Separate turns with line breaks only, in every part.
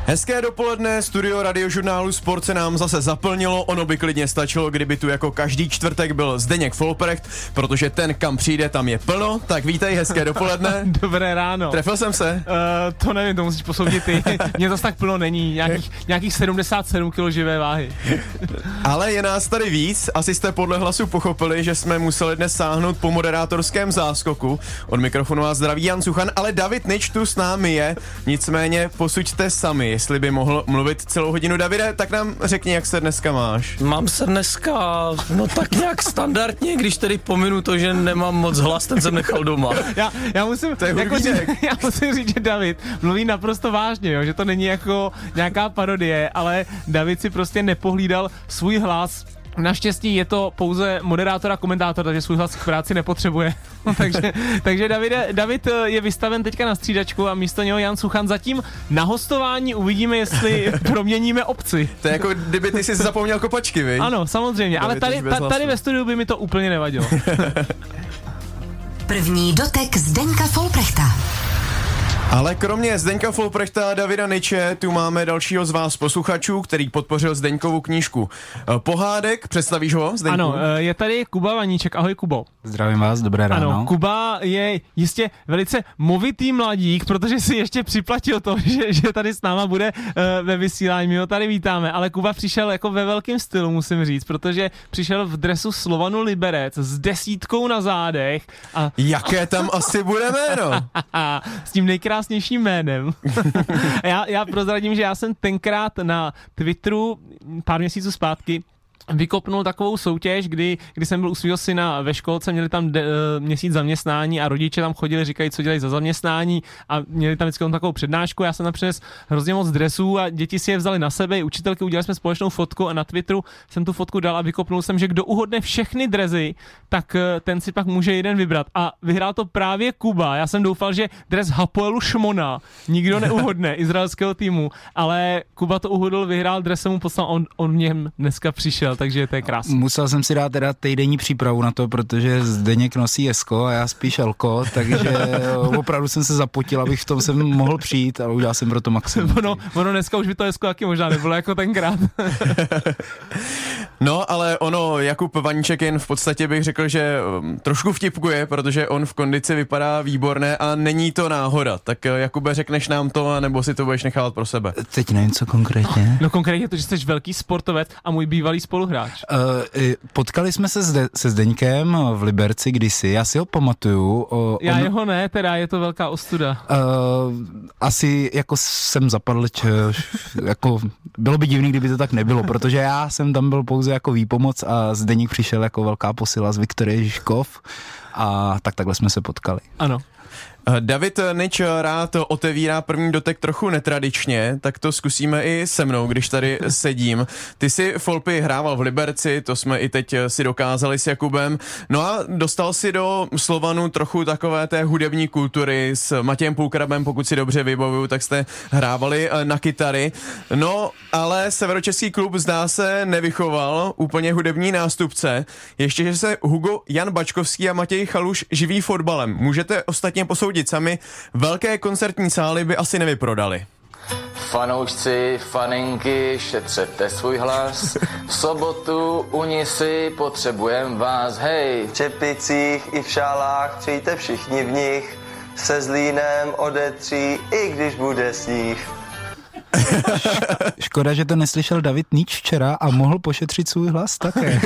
Hezké dopoledne, studio radiožurnálu Sport se nám zase zaplnilo, ono by klidně stačilo, kdyby tu jako každý čtvrtek byl Zdeněk Folprecht, protože ten, kam přijde, tam je plno, tak vítej, hezké dopoledne.
Dobré ráno.
Trefil jsem se?
To nevím, to musíš posoudit ty, mně zase tak plno není, nějakých 77 kg živé váhy.
Ale je nás tady víc, asi jste podle hlasu pochopili, že jsme museli dnes sáhnout po moderátorském záskoku. Od mikrofonu vás zdraví Jan Suchan, ale David Nič tu s námi je, nicméně posuďte sami. Jestli by mohl mluvit celou hodinu. Davide, tak nám řekni, jak se dneska máš.
Mám se dneska, no tak nějak standardně, když tedy pominu to, že nemám moc hlas, ten jsem nechal doma.
Já musím říct, že David mluví naprosto vážně, jo, že to není jako nějaká parodie, ale David si prostě nepohlídal svůj hlas. Naštěstí je to pouze moderátor a komentátor, takže svůj hlas k práci nepotřebuje. takže David je vystaven teďka na střídačku a místo něho Jan Suchan. Zatím na hostování uvidíme, jestli proměníme obci.
To je jako kdyby ty si zapomněl kopačky, viď?
Ano, samozřejmě, ale tady ve studiu by mi to úplně nevadilo.
První dotek Zdeňka Folprechta.
Ale kromě Zdeňka Folprechta a Davida Niče, tu máme dalšího z vás posluchačů, který podpořil Zdeňkovu knížku Pohádek. Představíš ho, Zdeňku?
Ano, je tady Kuba Vaníček. Ahoj, Kubo.
Zdravím vás, dobré ráno.
Ano, Kuba je jistě velice movitý mladík, protože si ještě připlatil to, že tady s náma bude ve vysílání. My ho tady vítáme, ale Kuba přišel jako ve velkém stylu, musím říct, protože přišel v dresu Slovanu Liberec s 10 na zádech. A
jaké tam asi bude jméno?
S tím nejkrásnějším jménem. já prozradím, že já jsem tenkrát na Twitteru pár měsíců zpátky vykopnul takovou soutěž, kdy jsem byl u svého syna ve školce, měli tam měsíc zaměstnání a rodiče tam chodili, říkají, co dělají za zaměstnání a měli tam vždycky takovou přednášku. Já jsem tam přinesl hrozně moc dresů a děti si je vzali na sebe, i učitelky, udělali jsme společnou fotku a na Twitteru jsem tu fotku dal a vykopnul jsem, že kdo uhodne všechny dresy, tak ten si pak může jeden vybrat. A vyhrál to právě Kuba. Já jsem doufal, že dres Hapoelu Šmona nikdo neuhodne, izraelského týmu, ale Kuba to uhodl, vyhrál, dres jsem mu poslal, on v něm dneska přišel. Takže to je krásné.
Musel jsem si dát teda týdenní přípravu na to, protože Zdeněk nosí Esko a já spíš Elko, takže opravdu jsem se zapotil, abych v tom sem mohl přijít, ale udělal jsem pro to maximum.
Ono dneska už by to Esko taky možná nebylo jako tenkrát.
No, ale Jakub Vaníček jen v podstatě bych řekl, že trošku vtipkuje, protože on v kondici vypadá výborné a není to náhoda. Tak Jakube, řekneš nám to, nebo si to budeš nechávat pro sebe?
Teď nevím, co konkrétně.
No konkrétně to, že jsi velký sportovec a můj bývalý spoluhráč.
Potkali jsme se se Zdeňkem v Liberci kdysi, já si ho pamatuju.
Jeho ne, teda je to velká ostuda.
Asi jako jsem zapadl, jako bylo by divný, kdyby to tak nebylo, protože já jsem tam byl pouze jako výpomoc a Zdeněk přišel jako velká posila z Viktorie Žižkov a takhle jsme se potkali.
Ano.
David Nič rád otevírá první dotek trochu netradičně, tak to zkusíme i se mnou, když tady sedím. Ty jsi Folpy hrával v Liberci, to jsme i teď si dokázali s Jakubem, no a dostal si do Slovanu trochu takové té hudební kultury s Matějem Půlkrabem, pokud si dobře vybavuju, tak jste hrávali na kytary. No, ale severočeský klub zdá se nevychoval úplně hudební nástupce, ještě že se Hugo Jan Bačkovský a Matěj Chaluš živí fotbalem. Můžete ostatně posoudit sami, velké koncertní sály by asi nevyprodali.
Fanoušci, faninky, šetřete svůj hlas. V sobotu u Nisy potřebujem vás, hej.
V čepicích i v šálách, přijďte všichni v nich. Se Zlínem odetří, i když bude sníh.
Škoda, že to neslyšel David Nič včera a mohl pošetřit svůj hlas také.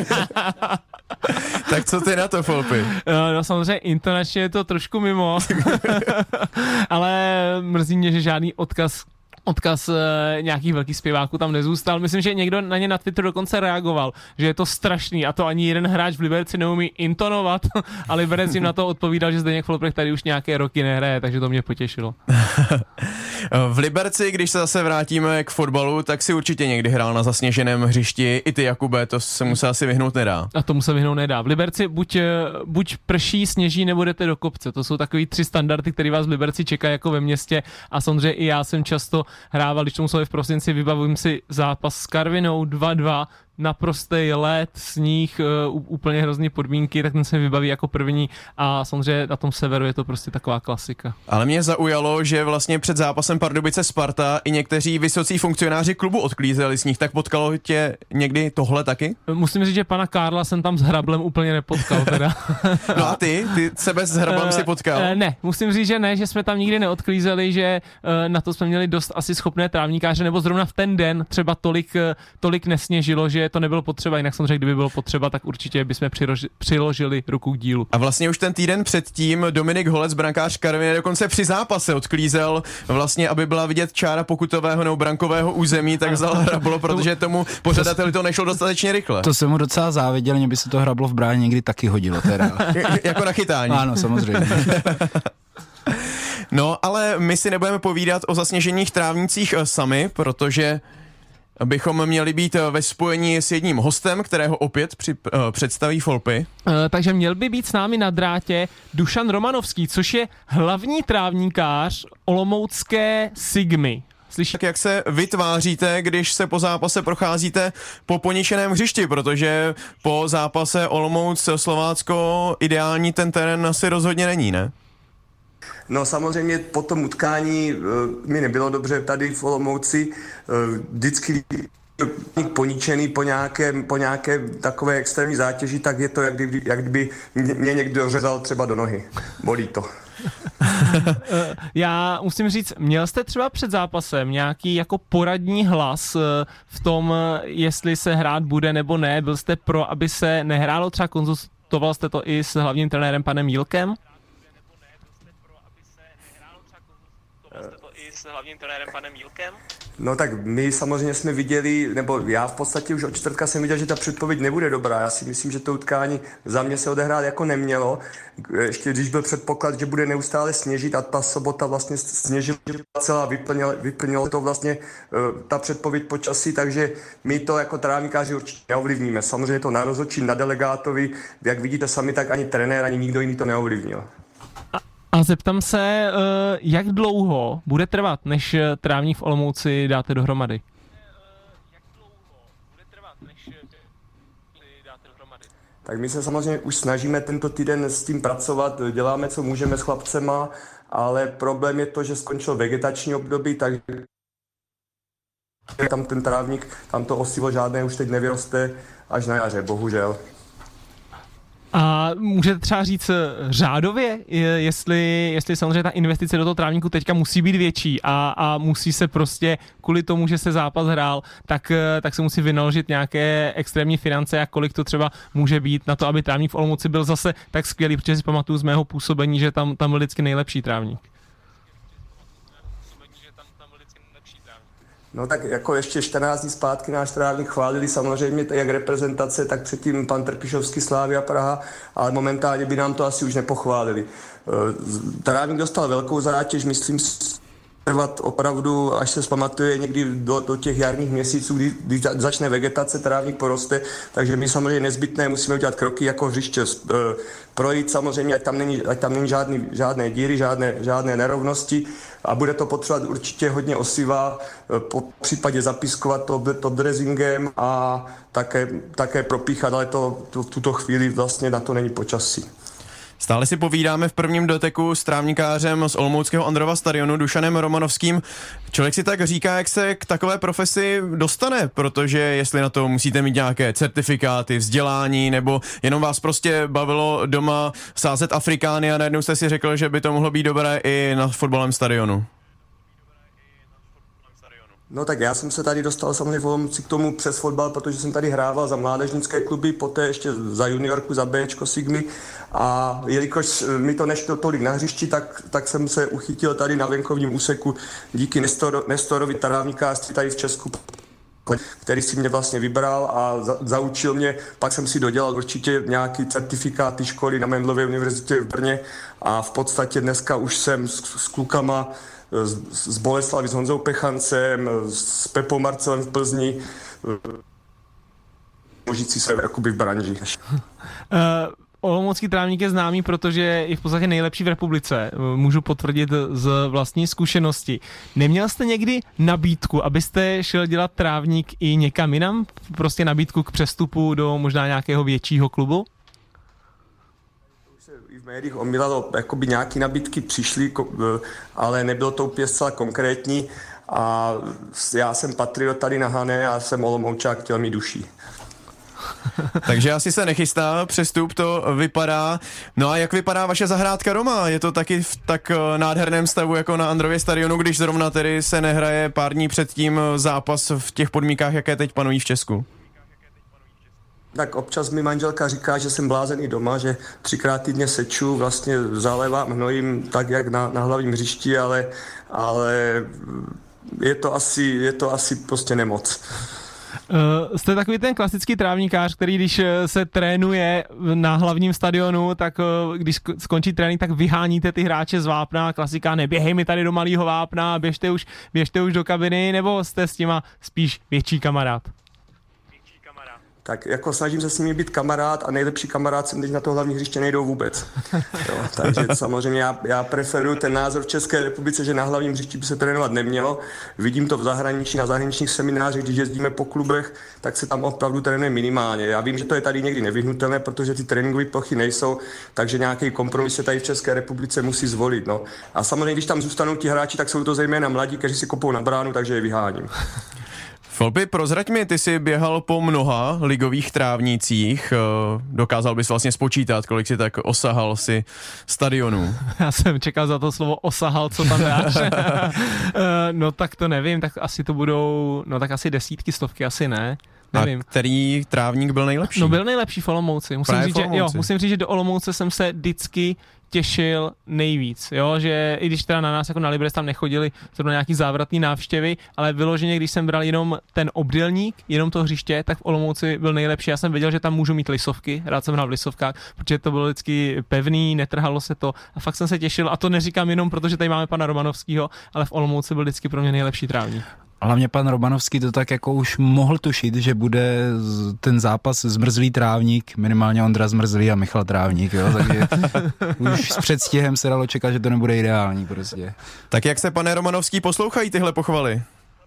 Tak co ty na to, Folpy?
No samozřejmě intonačně je to trošku mimo, ale mrzí mě, že žádný odkaz nějakých velkých zpěváků tam nezůstal. Myslím, že někdo na ně na Twitteru dokonce reagoval, že je to strašný a to ani jeden hráč v Liberci neumí intonovat a Liberec jim na to odpovídal, že Zdeněk Folprecht tady už nějaké roky nehraje, takže to mě potěšilo.
V Liberci, když se zase vrátíme k fotbalu, tak si určitě někdy hrál na zasněženém hřišti. I ty, Jakube, to se mu se asi vyhnout nedá.
A tomu se vyhnout nedá. V Liberci buď prší, sněží, nebo jdete do kopce. To jsou takový 3 standardy, které vás v Liberci čekají jako ve městě a samozřejmě i já jsem často hrával, když to muselo v prosinci, vybavím si zápas s Karvinou 2-2, naprostý led, sníh, úplně hrozný podmínky, tak ten se vybaví jako první a samozřejmě na tom severu je to prostě taková klasika.
Ale mě zaujalo, že vlastně před zápasem Pardubice Sparta i někteří vysocí funkcionáři klubu odklízeli sníh, tak potkalo tě někdy tohle taky?
Musím říct, že pana Karla jsem tam s hrablem úplně nepotkal teda.
No a ty sebe s hrablem si potkal?
Ne, musím říct, že ne, že jsme tam nikdy neodklízeli, že na to jsme měli dost asi schopné trávníkáře, nebo zrovna v ten den třeba tolik nesněžilo, že to nebylo potřeba, jinak samozřejmě, kdyby bylo potřeba, tak určitě bychom přiložili ruku k dílu.
A vlastně už ten týden předtím Dominik Holec, brankář Karviné, dokonce při zápase odklízel vlastně, aby byla vidět čára pokutového nebo brankového území, tak vzal hrablo, protože tomu pořadateli to nešlo dostatečně rychle.
To jsem mu docela záviděl, mě by se to hrablo v bráně někdy taky hodilo teda.
Jako na chytání.
Ano, samozřejmě.
No, ale my si nebudeme povídat o zasněžených trávnicích sami, protože bychom měli být ve spojení s jedním hostem, kterého opět představí Folpy.
Takže měl by být s námi na drátě Dušan Romanovský, což je hlavní trávníkář olomoucké Sigmy.
Tak jak se vytváříte, když se po zápase procházíte po poničeném hřišti, protože po zápase Olomouc-Slovácko ideální ten terén asi rozhodně není, ne?
No samozřejmě po tom utkání mi nebylo dobře tady v Olomouci, vždycky poničený po nějaké takové extrémní zátěži, tak je to, jak kdyby mě někdo řezal třeba do nohy. Bolí to.
Já musím říct, měl jste třeba před zápasem nějaký jako poradní hlas v tom, jestli se hrát bude nebo ne? Byl jste pro, aby se nehrálo, třeba konzultoval jste to i s hlavním trenérem panem Jílkem?
No tak my samozřejmě jsme viděli, nebo já v podstatě už od čtvrtka jsem viděl, že ta předpověď nebude dobrá. Já si myslím, že to utkání za mě se odehrát jako nemělo. Ještě když byl předpoklad, že bude neustále sněžit a ta sobota vlastně sněžila celá, vyplnilo to vlastně ta předpověď počasí, takže my to jako trávníkáři určitě neovlivníme. Samozřejmě to na rozhodčí, na delegátovi, jak vidíte sami, tak ani trenér, ani nikdo jiný to neovlivnil.
A zeptám se, jak dlouho bude trvat, než trávník v Olomouci dáte dohromady?
Tak my se samozřejmě už snažíme tento týden s tím pracovat, děláme, co můžeme s chlapcema, ale problém je to, že skončil vegetační období, takže tam ten trávník, tam to osivo žádné už teď nevyroste až na jaře, bohužel.
A můžete třeba říct řádově, jestli samozřejmě ta investice do toho trávníku teďka musí být větší a musí se prostě kvůli tomu, že se zápas hrál, tak se musí vynaložit nějaké extrémní finance a kolik to třeba může být na to, aby trávník v Olomouci byl zase tak skvělý, protože si pamatuju z mého působení, že tam byl vždycky nejlepší trávník.
No tak jako ještě 14 dní zpátky náš trávník chválili samozřejmě jak reprezentace, tak předtím pan Trpišovský Slavia Praha, ale momentálně by nám to asi už nepochválili. Trávník dostal velkou zátěž, myslím si, trvat opravdu, až se zpamatuje někdy do těch jarních měsíců, kdy začne vegetace, trávník poroste, takže my samozřejmě nezbytné musíme udělat kroky jako hřiště projít samozřejmě, ať tam není žádné díry, žádné nerovnosti a bude to potřebovat určitě hodně osiva, po případě zapiskovat to top dressingem a také propíchat, ale v tuto chvíli vlastně na to není počasí.
Stále si povídáme v prvním doteku s trávníkářem z olomouckého Androva stadionu Dušanem Romanovským. Člověk si tak říká, jak se k takové profesi dostane, protože jestli na to musíte mít nějaké certifikáty, vzdělání, nebo jenom vás prostě bavilo doma sázet afrikány a najednou jste si řekl, že by to mohlo být dobré i na fotbalovém stadionu.
No tak já jsem se tady dostal samozřejmě v Olomouci k tomu přes fotbal, protože jsem tady hrával za mládežnické kluby, poté ještě za juniorku, za Bčko Sigmy a jelikož mi to nešlo tolik na hřišti, tak jsem se uchytil tady na venkovním úseku díky Nestorovi trávníkářství tady v Česku, který si mě vlastně vybral a zaučil mě, pak jsem si dodělal určitě nějaký certifikáty školy na Mendelově univerzitě v Brně a v podstatě dneska už jsem s klukama z Boleslavy, s Honzou Pechancem, s Pepou Marcelem v Plzni, možící se jakoby v branži.
olomoucký trávník je známý, protože je v podstatě nejlepší v republice. Můžu potvrdit z vlastní zkušenosti. Neměl jste někdy nabídku, abyste šel dělat trávník i někam jinam? Prostě nabídku k přestupu do možná nějakého většího klubu?
I v médiích omílalo, jakoby nějaké nabídky přišly, ale nebylo to úplně zcela konkrétní a já jsem patriot tady na Hané a jsem Olomoučák těl mi duší.
Takže asi se nechystá přestup, to vypadá. No a jak vypadá vaše zahrádka doma? Je to taky v tak nádherném stavu jako na Andrově stadionu, když zrovna tedy se nehraje pár dní předtím zápas v těch podmínkách, jaké teď panují v Česku?
Tak občas mi manželka říká, že jsem blázený doma, že 3krát týdně seču, vlastně zalévám hnojím tak, jak na hlavním hřišti, ale je to asi prostě nemoc.
Jste takový ten klasický trávníkář, který když se trénuje na hlavním stadionu, tak když skončí trénink, tak vyháníte ty hráče z vápna, klasika, neběhej mi tady do malého vápna, běžte už do kabiny, nebo jste s těma spíš větší kamarád?
Tak jako snažím se s nimi být kamarád a nejlepší kamarád jsem teď na to hlavní hřiště nejdou vůbec. Jo, takže samozřejmě já preferuju ten názor v České republice, že na hlavním hřišti by se trénovat nemělo. Vidím to v zahraničí, na zahraničních seminářích, když jezdíme po klubech, tak se tam opravdu trénuje minimálně. Já vím, že to je tady někdy nevyhnutelné, protože ty tréninkové plochy nejsou, takže nějaký kompromis se tady v České republice musí zvolit. No. A samozřejmě, když tam zůstanou ti hráči, tak jsou to zejména mladí, kteří si kopou na bránu, takže je vyháním.
Folpy, prozrať mi, ty jsi běhal po mnoha ligových trávnících, dokázal bys vlastně spočítat, kolik si tak osahal si stadionů?
Já jsem čekal za to slovo osahal, co tam dáš. No tak to nevím, tak asi to budou, no tak asi desítky, stovky, asi ne. Nevím.
A který trávník byl nejlepší?
No byl nejlepší v Olomouci. Musím říct, že do Olomouce jsem se vždycky těšil nejvíc, jo, že i když teda na nás jako na Liberec tam nechodili zrovna nějaký závratný návštěvy, ale vyloženě, když jsem bral jenom ten obdélník, jenom to hřiště, tak v Olomouci byl nejlepší. Já jsem věděl, že tam můžu mít lisovky, rád jsem hrál v lisovkách, protože to bylo vždycky pevný, netrhalo se to a fakt jsem se těšil a to neříkám jenom proto, že tady máme pana Romanovskýho, ale v Olomouci byl vždycky pro mě nejlepší trávník.
Hlavně pan Romanovský to tak jako už mohl tušit, že bude ten zápas Zmrzlý trávník, minimálně Ondra Zmrzlý a Michal Trávník, jo, takže už s předstihem se dalo čekat, že to nebude ideální prostě.
Tak jak se, pane Romanovský, poslouchají tyhle pochvaly?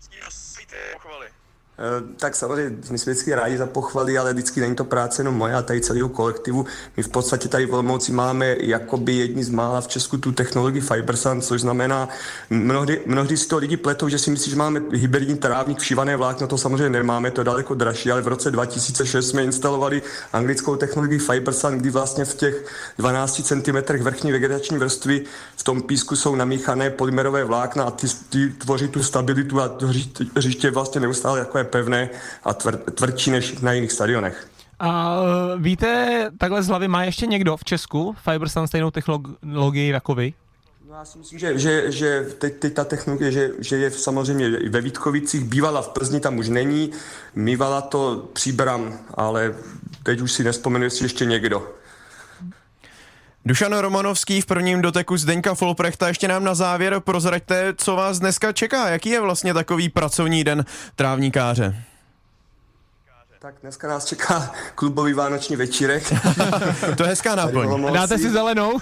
Tak samozřejmě, my jsme vždycky rádi za pochvaly, ale vždycky není to práce jenom moje a tady celého kolektivu. My v podstatě tady v Olomouci máme jakoby jedni z mála v Česku tu technologii FiberSand, což znamená, mnohdy si to lidi pletou, že si myslí, že máme hybridní trávník, všivané vlákno, to samozřejmě nemáme, to je daleko dražší, ale v roce 2006 jsme instalovali anglickou technologii FiberSand, kdy vlastně v těch 12 cm vrchní vegetační vrstvy v tom písku jsou namíchané polymerové vlákna a ty tvoří tu stabilitu a to hřiště vlastně neustále jako je pevné a tvrdší než na jiných stadionech.
A víte, takhle z hlavy má ještě někdo v Česku FiberSand stejnou technologii jako vy?
No já si myslím, že teď ta technologie, že je samozřejmě ve Vítkovicích, bývala v Plzni, tam už není, mývala to Příbram, ale teď už si nespomenu, jestli ještě někdo.
Dušan Romanovský v prvním doteku Zdeňka Folprechta. Ještě nám na závěr prozraďte, co vás dneska čeká. Jaký je vlastně takový pracovní den trávníkáře?
Tak dneska nás čeká klubový vánoční večírek.
To je hezká náplň.
Dáte si zelenou?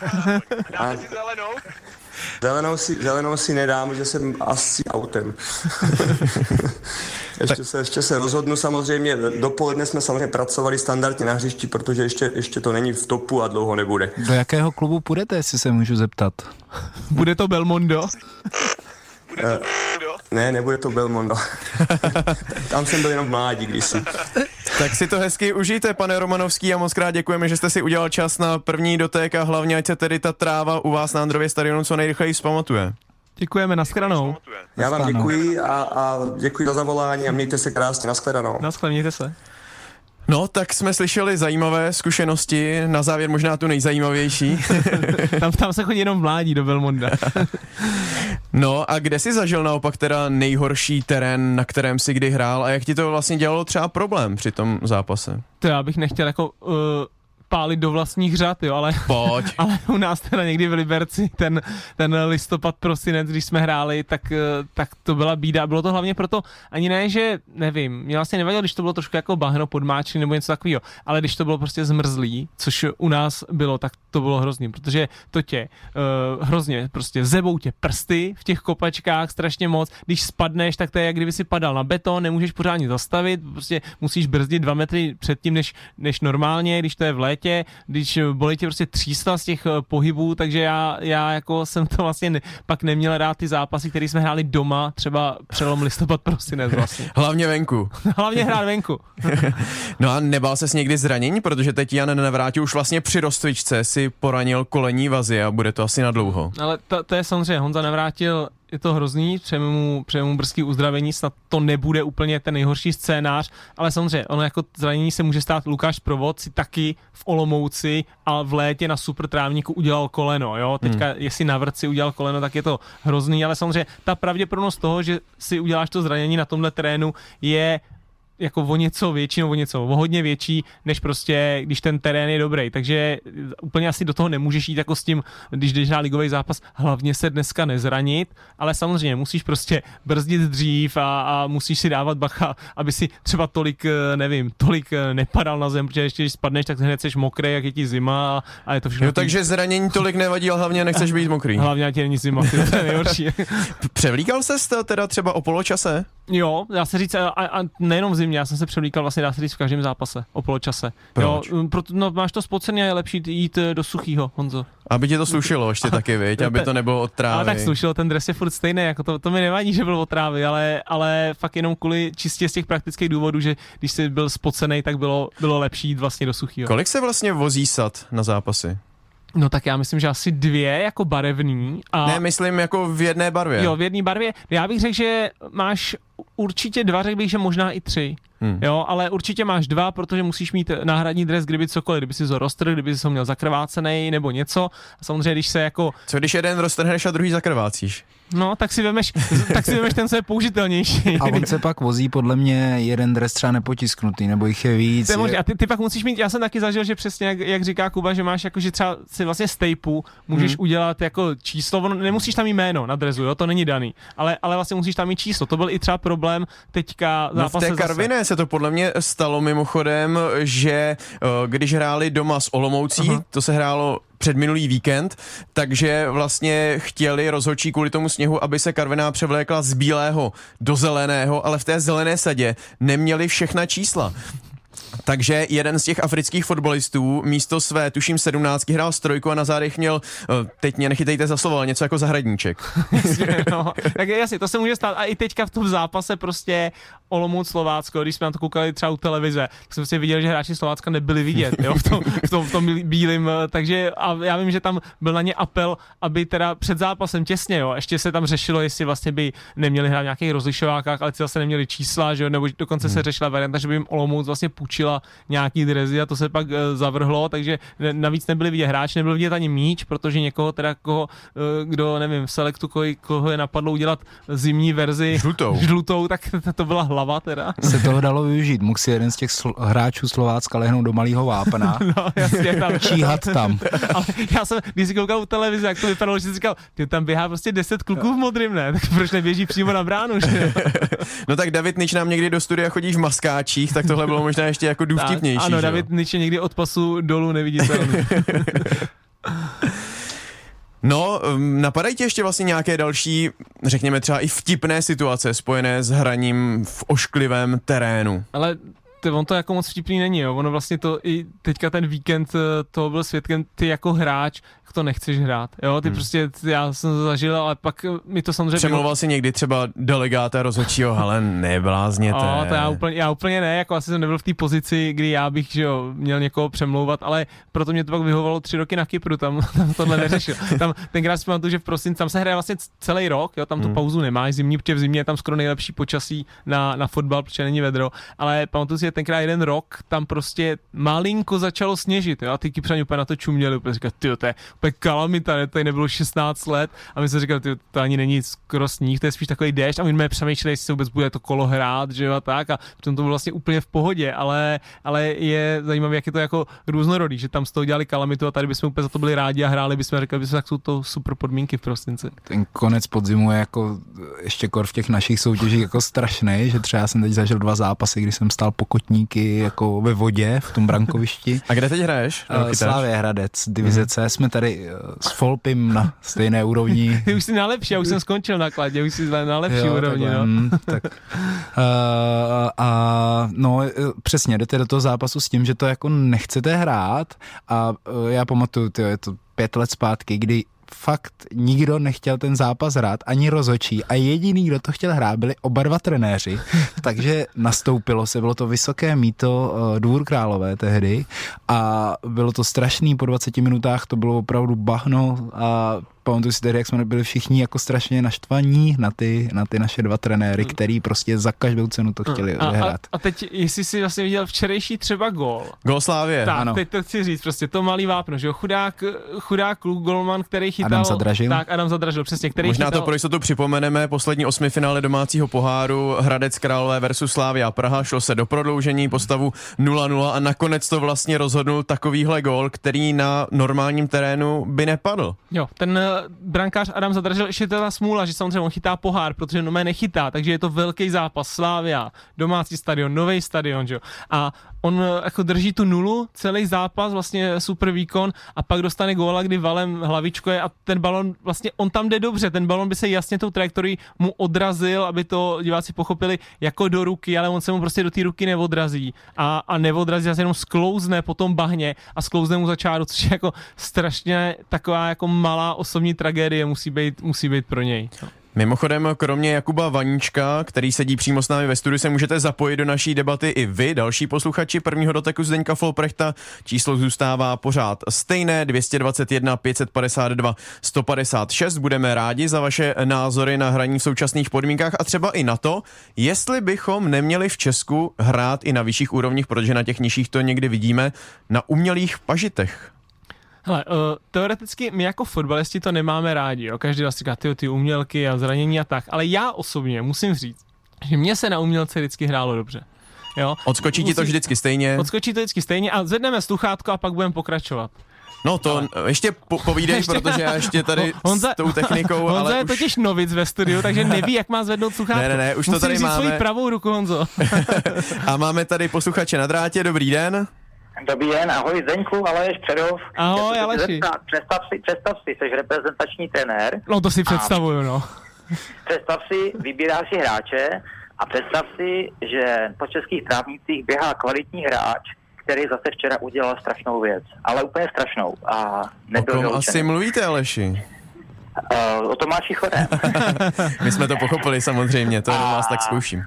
Zelenou si nedám, že jsem asi autem. ještě se rozhodnu samozřejmě. Dopoledne jsme samozřejmě pracovali standardně na hřišti, protože ještě to není v topu a dlouho nebude.
Do jakého klubu půjdete, jestli se můžu zeptat?
Bude to Belmondo?
Ne, nebude to Belmondo. Tam jsem byl jenom v mládí kdysi.
Tak si to hezky užijte, pane Romanovský, a moc krát děkujeme, že jste si udělal čas na první dotek a hlavně, ať se tedy ta tráva u vás na Andrově stadionu co nejrychleji vzpamatuje.
Děkujeme, nashledanou.
Já vám děkuji a děkuji za zavolání a mějte se krásně, nashledanou.
Naschle, mějte se.
No, tak jsme slyšeli zajímavé zkušenosti, na závěr možná tu nejzajímavější.
tam se chodí jenom mládí do Belmonda.
No a kde jsi zažil naopak teda nejhorší terén, na kterém jsi kdy hrál a jak ti to vlastně dělalo třeba problém při tom zápase?
To já bych nechtěl jako pálit do vlastních řad, jo, ale u nás teda někdy v Liberci ten listopad, prosinec, když jsme hráli, tak to byla bída. Bylo to hlavně proto, ani ne, že nevím, mě vlastně nevadilo, když to bylo trošku jako bahno podmáčený nebo něco takového, ale když to bylo prostě zmrzlý, což u nás bylo, tak to bylo hrozný, protože to tě hrozně prostě zebou tě prsty v těch kopačkách strašně moc, když spadneš, tak to je jak kdyby si padal na beton, nemůžeš pořádně zastavit, prostě musíš brzdit 2 metry před tím, než normálně, když to je v létě, když bolí tě prostě třísla z těch pohybů, takže já jako jsem to vlastně pak neměl rád ty zápasy, které jsme hráli doma, třeba přelom listopad, prosinec vlastně.
Hlavně venku.
Hlavně hrát venku.
No a nebál ses někdy zranění, protože teď Jan Navrátil už vlastně při rozcvičce si poranil kolenní vazy a bude to asi na dlouho.
Ale to je samozřejmě, Honza Navrátil, je to hrozný, přejeme mu brzký uzdravení, snad to nebude úplně ten nejhorší scénář, ale samozřejmě, ono jako zranění se může stát. Lukáš Provod si taky v Olomouci a v létě na super trávníku udělal koleno, jo, teďka jestli na vrci udělal koleno, tak je to hrozný, ale samozřejmě ta pravděpodobnost toho, že si uděláš to zranění na tomhle terénu je jako o hodně větší, než prostě, když ten terén je dobrý. Takže úplně asi do toho nemůžeš jít jako s tím, když jdeš na ligový zápas, hlavně se dneska nezranit, ale samozřejmě musíš prostě brzdit dřív a musíš si dávat bacha, aby si třeba tolik nepadal na zem, protože ještě když spadneš, tak hned jsi mokrý, jak je ti zima a je to všechno.
Jo, takže zranění tolik nevadí, ale hlavně nechceš být mokrý.
Hlavně ať není zima, to je nejhorší.
Převlíkal ses to teda třeba o poločase?
Jo, dá se říct, a nejenom v zimě, já jsem se převlíkal vlastně, dá se říct, v každém zápase o poločase.
Proč?
Jo, no, máš to spocený a je lepší jít do suchýho, Honzo.
Aby tě to slušilo ještě taky, viď? Aby to nebylo od trávy.
Ale tak slušilo, ten dres je furt stejný, jako to mi nevadí, že byl od trávy, ale fakt jenom kvůli čistě z těch praktických důvodů, že když jsi byl spocený, tak bylo lepší jít vlastně do suchýho.
Kolik se vlastně vozí sad na zápasy?
No tak já myslím, že asi 2 jako barevný.
Ne, myslím jako v jedné barvě.
Jo, v jedné barvě. Já bych řekl, že máš určitě 2, řekl bych, že možná i 3. Jo, ale určitě máš 2, protože musíš mít náhradní dres, kdyby cokoliv, kdyby si ho roztrhl, kdyby si ho měl zakrvácený nebo něco. A samozřejmě, když se jako...
Co když jeden roztrhneš a druhý zakrvácíš?
No, tak si vemeš ten, co je použitelnější.
A on se pak vozí podle mě jeden dres třeba nepotisknutý, nebo jich je víc.
A ty pak musíš mít, já jsem taky zažil, že přesně jak říká Kuba, že máš jako, že třeba si vlastně z tejpu můžeš udělat jako číslo, nemusíš tam jméno na dresu, jo, to není daný, ale vlastně musíš tam mít číslo. To byl i třeba problém teďka zápase
v té Karviné se to podle mě stalo mimochodem, že když hráli doma s Olomoucí, to se hrálo předminulý víkend, takže vlastně chtěli rozhodčí kvůli tomu sněhu, aby se Karviná převlékla z bílého do zeleného, ale v té zelené sadě neměli všechna čísla. Takže jeden z těch afrických fotbalistů místo své, tuším 17, hrál s 3 a na zádech měl, teď mě nechytejte za slovo, ale něco jako zahradníček.
No, tak jasně, to se může stát a i teďka v tom zápase prostě Olomouc Slovácko, když jsme na to koukali třeba u televize, tak jsme si viděli, že hráči Slovácka nebyli vidět, jo, v tom bílým, takže a já vím, že tam byl na ně apel, aby teda před zápasem těsně, jo, ještě se tam řešilo, jestli vlastně by neměli hrát v nějakých rozlišovákách, ale zase neměli čísla, že jo, nebo dokonce se řešila varianta, že by jim Olomouc vlastně půjčila nějaký drezy a to se pak zavrhlo, takže navíc nebyli vidět hráči, nebyl vidět ani míč, protože někoho teda kdo nevím, v selektu koho je napadlo udělat zimní verzi žlutou, tak to byla hlava teda.
Se toho dalo využít, mohl si jeden z těch hráčů Slovácka lehnout do malého vápna.
No, jasně, tam.
Číhat tam.
Ale já jsem, když si koukal u televize, jak to vypadalo, že si říkal, ty tam běhá prostě 10 kluků v modrým, ne? Tak proč neběží přímo na bránu, že?
No tak David Nič nám někdy do studia chodí v maskáčích, tak tohle bylo možná ještě jako důvtipnější.
Ano, David Nič je někdy od pasu dolů neviditelný.
No, napadají ti ještě vlastně nějaké další, řekněme třeba i vtipné situace spojené s hraním v ošklivém terénu?
Ale on to jako moc vtipný není, jo. Ono vlastně to i teďka ten víkend toho byl svědkem, ty jako hráč to nechceš hrát, jo, ty prostě, já jsem to zažil, ale pak mi to samozřejmě...
Přemlouval si někdy třeba delegáta rozhodčího, ale neblázněte.
To já úplně ne, jako asi jsem nebyl v té pozici, kdy já bych, že jo, měl někoho přemlouvat, ale proto mě to pak vyhovovalo 3 roky na Kypru, tam tohle neřešil. Tam tenkrát si pamatuju, že v prosinci, tam se hraje vlastně celý rok, jo, tam tu pauzu nemáš, zimní, protože v zimě je tam skoro nejlepší počasí na fotbal, protože není vedro, ale pamatuju si, že tenkrát jeden rok tam prostě malinko začalo sněžit, jo, a ty Kypřani úplně na to čuměli, úplně říkali, tyjo, to je úplně kalamita, ne, tady nebylo 16 let a my jsme říkali, tyjo, to ani není skoro sníh, to je spíš takový déšť a my jsme přemýšleli, jestli se vůbec bude to kolo hrát, že jo, a tak a přitom to bylo vlastně úplně v pohodě, ale je zajímavé, jak je to jako různorodý, že tam z toho dělali kalamitu a tady bychom úplně za to byli rádi a hráli bychom, řekli bychom, tak jsou to super podmínky v prosinci.
Ten konec podzimu je jako ještě kor v těch našich soutěžích jako strašný, že třeba jsem teď zažil 2 zápasy, kdy jsem stál po kotníky jako ve vodě v tom brankovišti.
A kde teď hraješ?
Slavia Hradec, divize C. Jsme tady s Folpim na stejné úrovni.
Ty už jsi na lepší, já už jsem skončil na kladě, už jsi na lepší úrovni.
Tak. No přesně, jdete do toho zápasu s tím, že to jako nechcete hrát a já pamatuju, je to 5 let zpátky, kdy fakt nikdo nechtěl ten zápas hrát, ani rozhodčí a jediný, kdo to chtěl hrát, byli oba 2 trenéři, takže nastoupilo se, bylo to Vysoké Mýto, Dvůr Králové tehdy a bylo to strašný, po 20 minutách to bylo opravdu bahno a pamatuju si tedy, jak jsme byli všichni jako strašně naštvaní na ty naše 2 trenéry, který prostě za každou cenu to chtěli odehrát.
A teď, jestli jsi vlastně viděl včerejší třeba gól.
Gól Slávie.
Tak, ano. Teď to chci říct, prostě to malý vápno, že jo, chudák kluk, golman, který chytal.
Adam Zadražil.
Tak, Adam Zadražil, přesně, který
Možná
chytal.
to pro jistotu připomeneme, poslední 8. finále domácího poháru Hradec Králové versus Slavia Praha, šlo se do prodloužení, postavu 0-0 a nakonec to vlastně rozhodnul takovýhle gól, který na normálním terénu by nepadl.
Jo, ten brankář Adam Zadražil, ještě ta smůla, že samozřejmě on chytá pohár, protože Nome nechytá, takže je to velký zápas, Slavia, domácí stadion, nový stadion, že jo. A on jako drží tu nulu, celý zápas, vlastně super výkon a pak dostane góla, kdy valem hlavičkuje a ten balon, vlastně on tam jde dobře, ten balon by se jasně tou trajektorií mu odrazil, aby to diváci pochopili, jako do ruky, ale on se mu prostě do té ruky neodrazí a neodrazí, se jenom sklouzne po tom bahně a sklouzne mu za čáru, což je jako strašně taková jako malá osobní tragédie musí být pro něj. No.
Mimochodem, kromě Jakuba Vaníčka, který sedí přímo s námi ve studiu, se můžete zapojit do naší debaty i vy, další posluchači prvního doteku Zdeňka Folprechta. Číslo zůstává pořád stejné, 221 552 156. Budeme rádi za vaše názory na hraní v současných podmínkách a třeba i na to, jestli bychom neměli v Česku hrát i na vyšších úrovních, protože na těch nižších to někdy vidíme, na umělých pažitech.
Hele, teoreticky my jako fotbalisti to nemáme rádi, jo? Každý vás říká, ty umělky a zranění a tak, ale já osobně musím říct, že mně se na umělce vždycky hrálo dobře. Jo?
Odskočí ti to vždycky stejně?
Odskočí to vždycky stejně a zvedneme sluchátko a pak budeme pokračovat.
No to ještě povídej, protože já ještě tady s tou technikou,
Honza
ale
je totiž novic ve studiu, takže neví, jak má zvednout sluchátko.
Ne, už to tady
máme.
máme.
Svoji pravou ruku, Honzo.
A máme tady posluchače na drátě, dobrý den.
Dobrý den, ahoj Zdeňku, Aleš Přerov.
Ahoj Aleši.
Představ si, jsi reprezentační trenér.
No to si představuju, no.
Představ si, vybíráš si hráče a představ si, že po českých trávnicích běhá kvalitní hráč, který zase včera udělal strašnou věc, ale úplně strašnou. A
o kom asi mluvíte, Aleši?
O Tomáši Chorém.
My jsme to pochopili samozřejmě, to vás tak zkouším.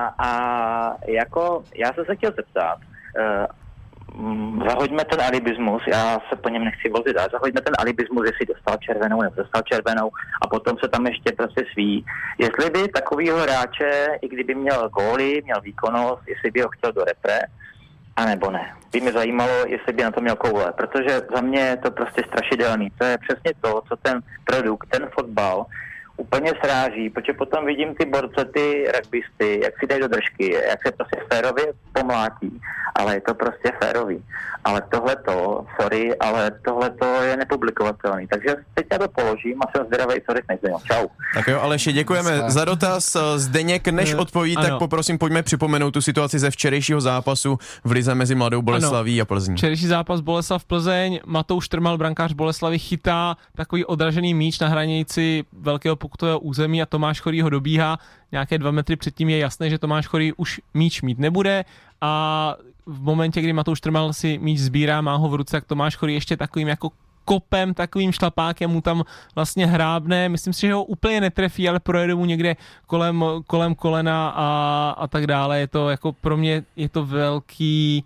Jako, já jsem se chtěl zeptat, zahoďme ten alibismus, já se po něm nechci vozit, ale zahoďme ten alibismus, jestli dostal červenou nebo dostal červenou a potom se tam ještě prostě sví. Jestli by takovýho hráče, i kdyby měl góly, měl výkonnost, jestli by ho chtěl do repre, anebo ne. By mě zajímalo, jestli by na to měl koule, protože za mě je to prostě strašidelný. To je přesně to, co ten produkt, ten fotbal úplně sráží, protože potom vidím ty borce, ty rugbysty, jak si dají do držky, jak se prostě férově pomlátí, ale je to prostě férový. Ale tohleto, sorry, ale tohleto je nepublikovatelný. Takže teď já to položím a jsem zvědavý, co řekneš. Čau.
Tak jo, Aleši, děkujeme za dotaz. Zdeněk, než odpoví, tak poprosím, pojďme připomenout tu situaci ze včerejšího zápasu v lize mezi Mladou Boleslaví a Plzní.
Včerejší zápas Boleslav Plzeň, Matouš Trmal, brankář Boleslavy, chytá takový odražený míč na hranici velkého pokutového území a Tomáš Chorý ho dobíhá. Nějaké 2 metry předtím je jasné, že Tomáš Chorý už míč mít nebude a v momentě, kdy Matouš Trmal si míč sbírá, má ho v ruce, tak Tomáš Chorý ještě takovým jako kopem, takovým šlapákem mu tam vlastně hrábne, myslím si, že ho úplně netrefí, ale projede mu někde kolem kolena a tak dále. Je to jako pro mě je to velký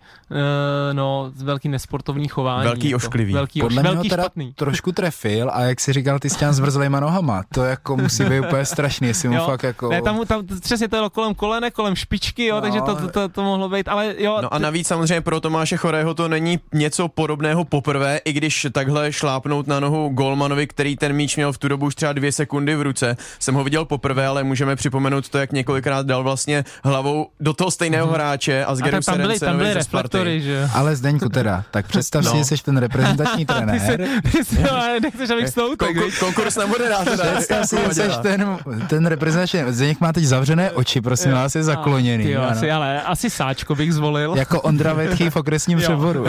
nesportovní chování.
Velký ošklivý.
Podle mě ho teda
špatný.
Trošku trefil a jak si říkal, ty s těm zmrzlejma nohama, to jako musí být úplně strašný, jestli mu fakt jako...
Ne, tam přesně to jelo kolem kolene, kolem špičky, jo, takže to mohlo být, ale jo.
No a navíc samozřejmě pro Tomáše Chorého to není něco podobného poprvé, i když takhle šlápnout na nohu golmanovi, který ten míč měl v tu dobu už třeba 2 sekundy v ruce. Jsem ho viděl poprvé, ale můžeme připomenout to, jak několikrát dal vlastně hlavou do toho stejného hráče a s Geru Serencenovi ze Sparty.
Že?
Ale Zdeňku teda, tak představ si, že jsi ten reprezentační trenér.
Nechceš, abych stoutil.
Konkurs na moderátora.
Představ si, že jsi ten reprezentační. Zdeněk má teď zavřené oči, prosím vás, je zakloněný.
Ale asi sáčko bych zvolil.
Jako Ondra Vetchý v okresním přeboru.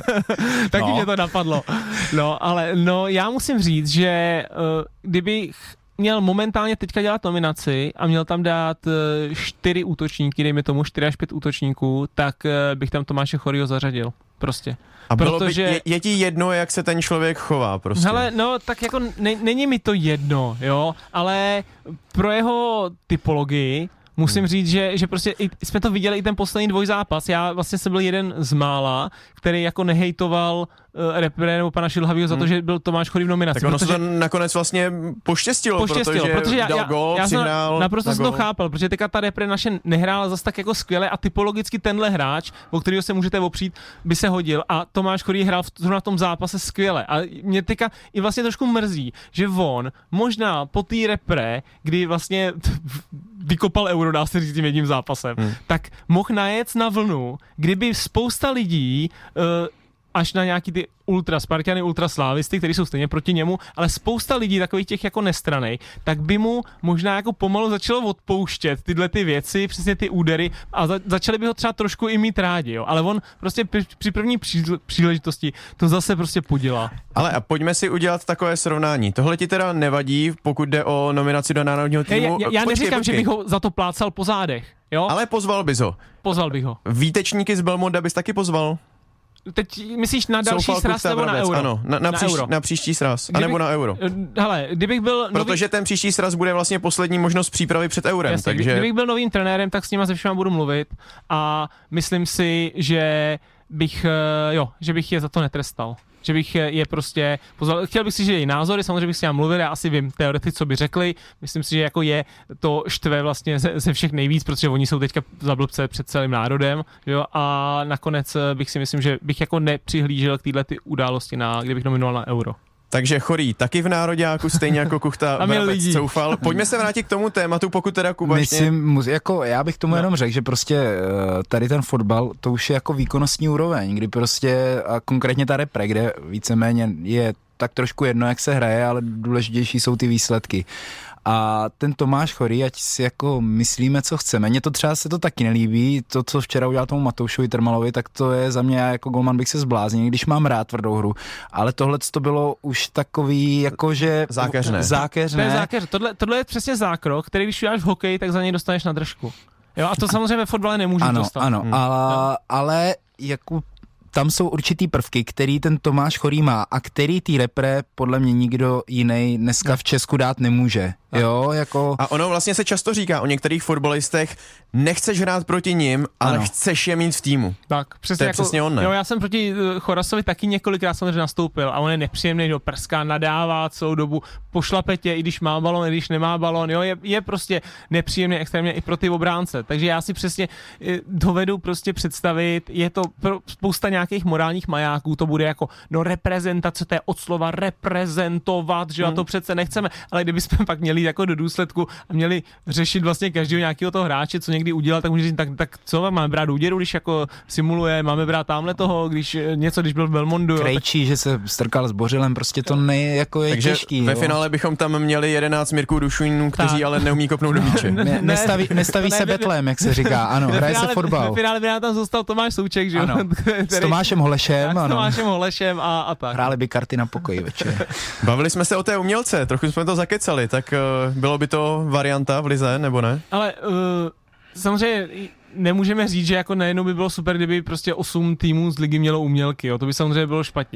Taky mě to napadlo. No, já musím říct, že kdybych měl momentálně teďka dělat nominaci a měl tam dát 4 útočníky, dejme tomu 4 až 5 útočníků, tak bych tam Tomáše Chorýho zařadil. Prostě.
A je ti jedno, jak se ten člověk chová prostě?
Hele, no tak jako není mi to jedno, jo, ale pro jeho typologii musím říct, že prostě jsme to viděli i ten poslední dvojzápas. Já vlastně jsem byl jeden z mála, který jako nehejtoval repre nebo pana Šilhavýho za to, že byl Tomáš Chorý v nominaci.
Tak ono se to nakonec vlastně poštěstilo, protože
já
gól, přihrál.
Naprosto jsem to chápal, protože teďka ta repre naše nehrála zas tak jako skvěle a typologicky tenhle hráč, o kterého se můžete opřít, by se hodil a Tomáš Chorý hrál zrovna v tom zápase skvěle. A mě teďka i vlastně trošku mrzí, že on možná po té repre, kdy vlastně vykopal Euro, dá se říct tím jedním zápasem, tak mohl najet na vlnu, kdyby spousta lidí až na nějaký ty Spartany, ultraslávisty, kteří jsou stejně proti němu, ale spousta lidí takových těch jako nestranej, tak by mu možná jako pomalu začalo odpouštět tyhle ty věci, přesně ty údery a začali by ho třeba trošku i mít rádi, jo. Ale on prostě při první příležitosti to zase prostě podělá.
Ale a pojďme si udělat takové srovnání. Tohle ti teda nevadí, pokud jde o nominaci do národního týmu?
Já neříkám, že bych ho za to plácal po zádech, jo.
Ale pozval bys ho.
Pozval bych ho.
Výtečníky z Belmonda bys taky pozval?
Teď myslíš na další sraz nebo na Euro?
Ano, na příští sraz, anebo na Euro.
Hele, kdybych byl...
Protože ten příští sraz bude vlastně poslední možnost přípravy před Eurem,
jasně,
takže...
Kdybych byl novým trenérem, tak s nima se všema budu mluvit a myslím si, že bych je za to netrestal. Že bych je prostě pozval. Chtěl bych si, že její názory, samozřejmě bych si já mluvil, já asi vím teoreticky, co by řekli. Myslím si, že jako je to štve vlastně ze všech nejvíc, protože oni jsou teďka za blbce před celým národem, jo, a nakonec bych si myslím, že bych jako nepřihlížel k této události, kdybych nominoval na Euro.
Takže Chorý taky v nároďáku, stejně jako Kuchta, Brabec, Coufal. Pojďme se vrátit k tomu tématu, pokud teda Kuba
já bych tomu jenom řekl, že prostě tady ten fotbal, to už je jako výkonnostní úroveň, kdy prostě a konkrétně ta repre, kde víceméně je tak trošku jedno, jak se hraje, ale důležitější jsou ty výsledky. A ten Tomáš Chorý, ať si jako myslíme, co chceme. Mně to třeba se to taky nelíbí, to, co včera udělal tomu Matoušovi Trmalovi, tak to je za mě, já jako golman bych se zbláznil, když mám rád tvrdou hru. Ale tohle to bylo už takový, jakože...
Zákeřné.
To je zákeř. Tohle je přesně zákrok, který když uděláš v hokeji, tak za něj dostaneš na držku. Jo, a to samozřejmě ve fotbale nemůžeš dostat.
Ano, ale jako... Tam jsou určitý prvky, který ten Tomáš Chorý má a který tý repre podle mě nikdo jiný dneska v Česku dát nemůže. Jo, jako...
A ono vlastně se často říká o některých fotbalistech, nechceš hrát proti nim, ale chceš je mít v týmu.
Tak, přesně,
to je jako, přesně on, ne?
Jo, já jsem proti Chorasovi taky několikrát samozřejmě nastoupil a on je nepříjemný, do prská, nadává celou dobu, pošlape tě, i když má balon, i když nemá balon, jo, je prostě nepříjemný extrémně i pro ty obránce. Takže já si přesně dovedu prostě představit, je to spousta nějakých morálních majáků, to bude jako reprezentace, to je od slova reprezentovat, že a to přece nechceme, ale kdybychom pak měli jako do důsledku a měli řešit vlastně každého nějakého toho hráče, co někdy udělal, tak může říct, tak co máme brát úděru, když jako simuluje, máme brát tamhle toho, když byl v Belmondu.
Krejčí, že se strkal s Bořilem, prostě to je
takže
těžký.
Ve finále bychom tam měli 11 Mirků Dušuňů, kteří ale neumí kopnout do míče.
Nestaví se betlem, jak se říká, ano, hraje se fotbal.
Ve finále by nám tam zůstal Tomáš Souček, že jo?
S Tomášem Holešem, ano.
S Tomášem Holešem a tak.
Hráli by karty na pokoji večer.
Bavili jsme se o té umělce, trochu jsme to zakecali, tak bylo by to varianta v lize, nebo ne?
Ale samozřejmě nemůžeme říct, že jako najednou by bylo super, kdyby prostě 8 týmů z ligy mělo umělky, jo, to by samozřejmě bylo špatně.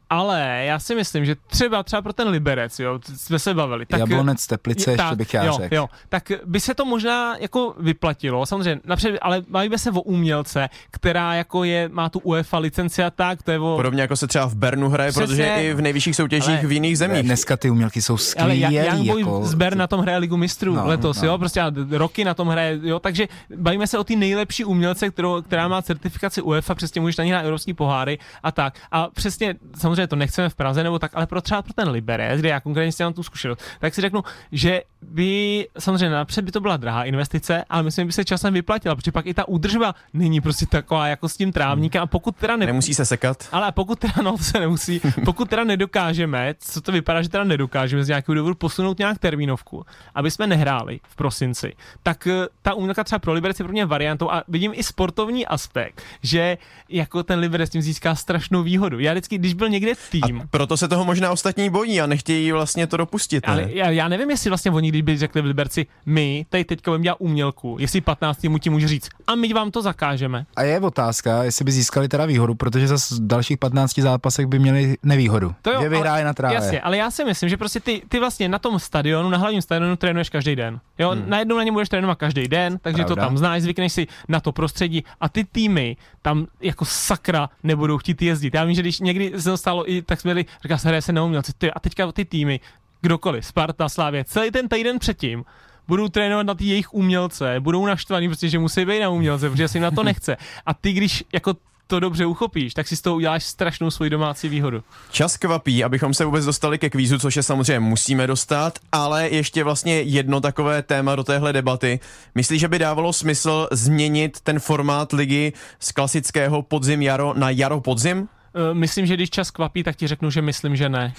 Ale já si myslím, že třeba pro ten Liberec, jo, jsme se bavili. Tak,
Jablonec, Teplice, ještě bych já řekl.
Jo, tak by se to možná jako vyplatilo, samozřejmě, napřed, ale bavíme se o umělce, která jako má tu UEFA licenci a tak, to je o...
Podobně jako se třeba v Bernu hraje, protože i v nejvyšších soutěžích v jiných zemích.
Dneska ty umělky jsou skvělý.
Ale Young Boys z Bern na tom hraje Ligu mistrů letos, jo, prostě roky na tom hraje, jo, takže bavíme se o ty nejlepší umělce, která má certifikaci UEFA, přesně můžeš na ní hrát evropský poháry a tak. A přesně, samozřejmě to nechceme v Praze nebo tak, ale třeba pro ten Liberec, kde já konkrétně mám tu zkušenost, tak si řeknu, že by samozřejmě napřed by to byla drahá investice, ale myslím, že by se časem vyplatila, protože pak i ta údržba není prostě taková jako s tím trávníkem a pokud teda
nemusí se sekat.
Ale pokud teda to se nemusí, pokud teda nedokážeme, co to vypadá, že teda nedokážeme z nějakého důvodu posunout nějak termínovku, aby jsme nehráli v prosinci, tak ta umělka třeba pro Liberec je pro mě variantou a vidím i sportovní aspekt, že jako ten Liberec tím získá strašnou výhodu. Já vždycky, když byl někde tým.
A proto se toho možná ostatní bojí a nechtějí vlastně to dopustit. Ne?
Ale já nevím, jestli vlastně oni, když by řekli v Liberci, my tady teďka budeme dělat umělku, jestli 15. mu ti může říct, a my vám to zakážeme.
A je otázka, jestli by získali teda výhodu, protože zase v dalších 15 zápasech by měli nevýhodu.
To jo,
že vyhráli na trávě.
Jasně, ale já si myslím, že prostě ty vlastně na tom stadionu, na hlavním stadionu trénuješ každý den. Jo, najednou na něm budeš trénovat každý den, takže to tam znáš, zvykneš si na to prostředí a ty týmy tam jako sakra nebudou chtít jezdit. Já vím, že když někdy se stalo i tak jsme byli, říká se hraje se na umělci, a teďka ty týmy, kdokoliv, Sparta, Slavie, celý ten týden předtím budou trénovat na ty jejich umělce, budou naštvaní, prostě, že musí být na umělce, protože se jim na to nechce. A ty, když jako to dobře uchopíš, tak si z toho uděláš strašnou svoji domácí výhodu.
Čas kvapí, abychom se vůbec dostali ke kvízu, což je samozřejmě musíme dostat, ale ještě vlastně jedno takové téma do téhle debaty. Myslíš, že by dávalo smysl změnit ten formát ligy z klasického podzim-jaro na jaro-podzim?
Myslím, že když čas kvapí, tak ti řeknu, že myslím, že ne.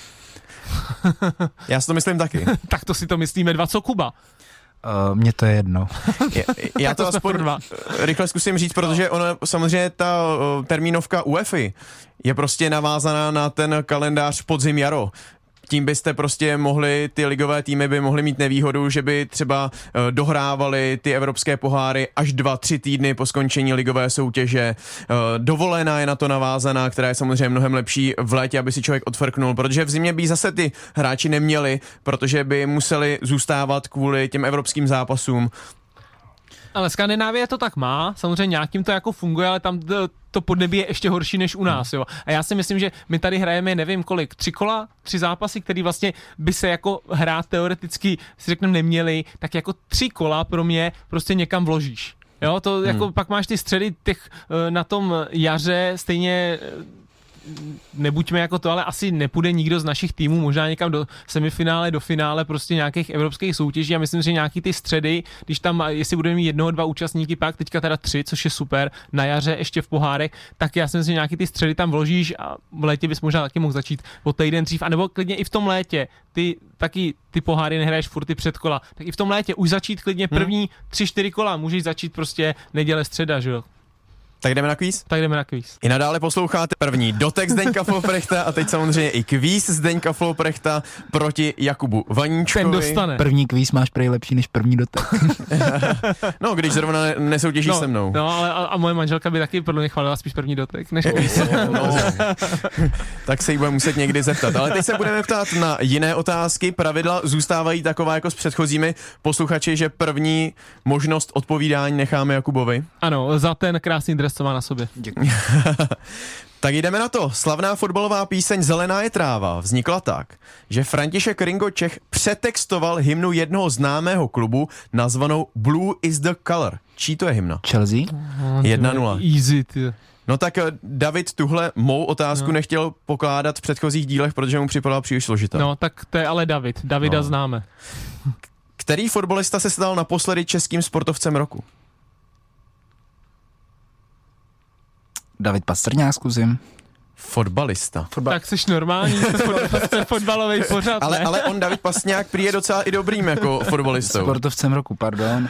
Já si to myslím taky.
Tak to si to myslíme dva, co Kuba?
Mně to je jedno.
Já to aspoň rychle zkusím říct, protože ona samozřejmě ta termínovka UEFA je prostě navázaná na ten kalendář podzim-jaro. Tím byste prostě mohli, ty ligové týmy by mohly mít nevýhodu, že by třeba dohrávali ty evropské poháry až 2-3 týdny po skončení ligové soutěže. Dovolená je na to navázaná, která je samozřejmě mnohem lepší v létě, aby si člověk odfrknul, protože v zimě by zase ty hráči neměli, protože by museli zůstávat kvůli těm evropským zápasům.
Ale Skandinávie to tak má, samozřejmě nějakým to jako funguje, ale tam to podnebí je ještě horší než u nás, jo. A já si myslím, že my tady hrajeme, nevím kolik, 3 zápasy, které vlastně by se jako hrát teoreticky, si řekneme, neměli, tak jako 3 kola pro mě prostě někam vložíš. Jo, to jako pak máš ty středy těch na tom jaře stejně nebuďme jako to, ale asi nepůjde nikdo z našich týmů možná někam do semifinále, do finále prostě nějakých evropských soutěží a myslím, že nějaký ty středy, když tam, jestli budeme mít 1-2 účastníky, pak teďka teda 3, což je super, na jaře ještě v pohárech, tak já si myslím, že nějaký ty středy tam vložíš a v létě bys možná taky mohl začít o týden dřív, anebo klidně i v tom létě, ty poháry nehraješ furt ty předkola, tak i v tom létě už začít klidně první 3-4 kola, můžeš začít prostě neděle, středa, že jo.
Tak jdeme na kvíz?
Tak jdeme na kvíz.
I nadále posloucháte první dotek Zdeňka Floprechta a teď samozřejmě i kvíz Zdeňka Floprechta proti Jakubu Vaníčkovi.
Ten dostane.
První kvíz máš prej lepší než první dotek.
No, když zrovna nesoutěžíš se mnou.
No, ale a moje manželka by taky podle mě chválila spíš první dotek než kvíz.
No. Tak se jí budeme muset někdy zeptat. Ale teď se budeme ptát na jiné otázky. Pravidla zůstávají taková jako s předchozími posluchači, že první možnost odpovídání necháme Jakubovi.
Ano, za ten krásný dres, co má na sobě.
Děkuji.
Tak jdeme na to. Slavná fotbalová píseň Zelená je tráva vznikla tak, že František Ringo Čech přetextoval hymnu jednoho známého klubu nazvanou Blue is the color. Čí to je hymna?
Chelsea?
1-0.
Easy, ty.
No tak David tuhle mou otázku nechtěl pokládat v předchozích dílech, protože mu připadala příliš složitá.
No tak to je ale David. Davida známe.
Který fotbalista se stal naposledy českým sportovcem roku?
David Pastrňák, zkusím.
Fotbalista.
Tak jsi normální, jste fotbalový pořád,
ale on David Pastrňák prý je docela i dobrým jako fotbalistou.
Sportovcem roku, pardon.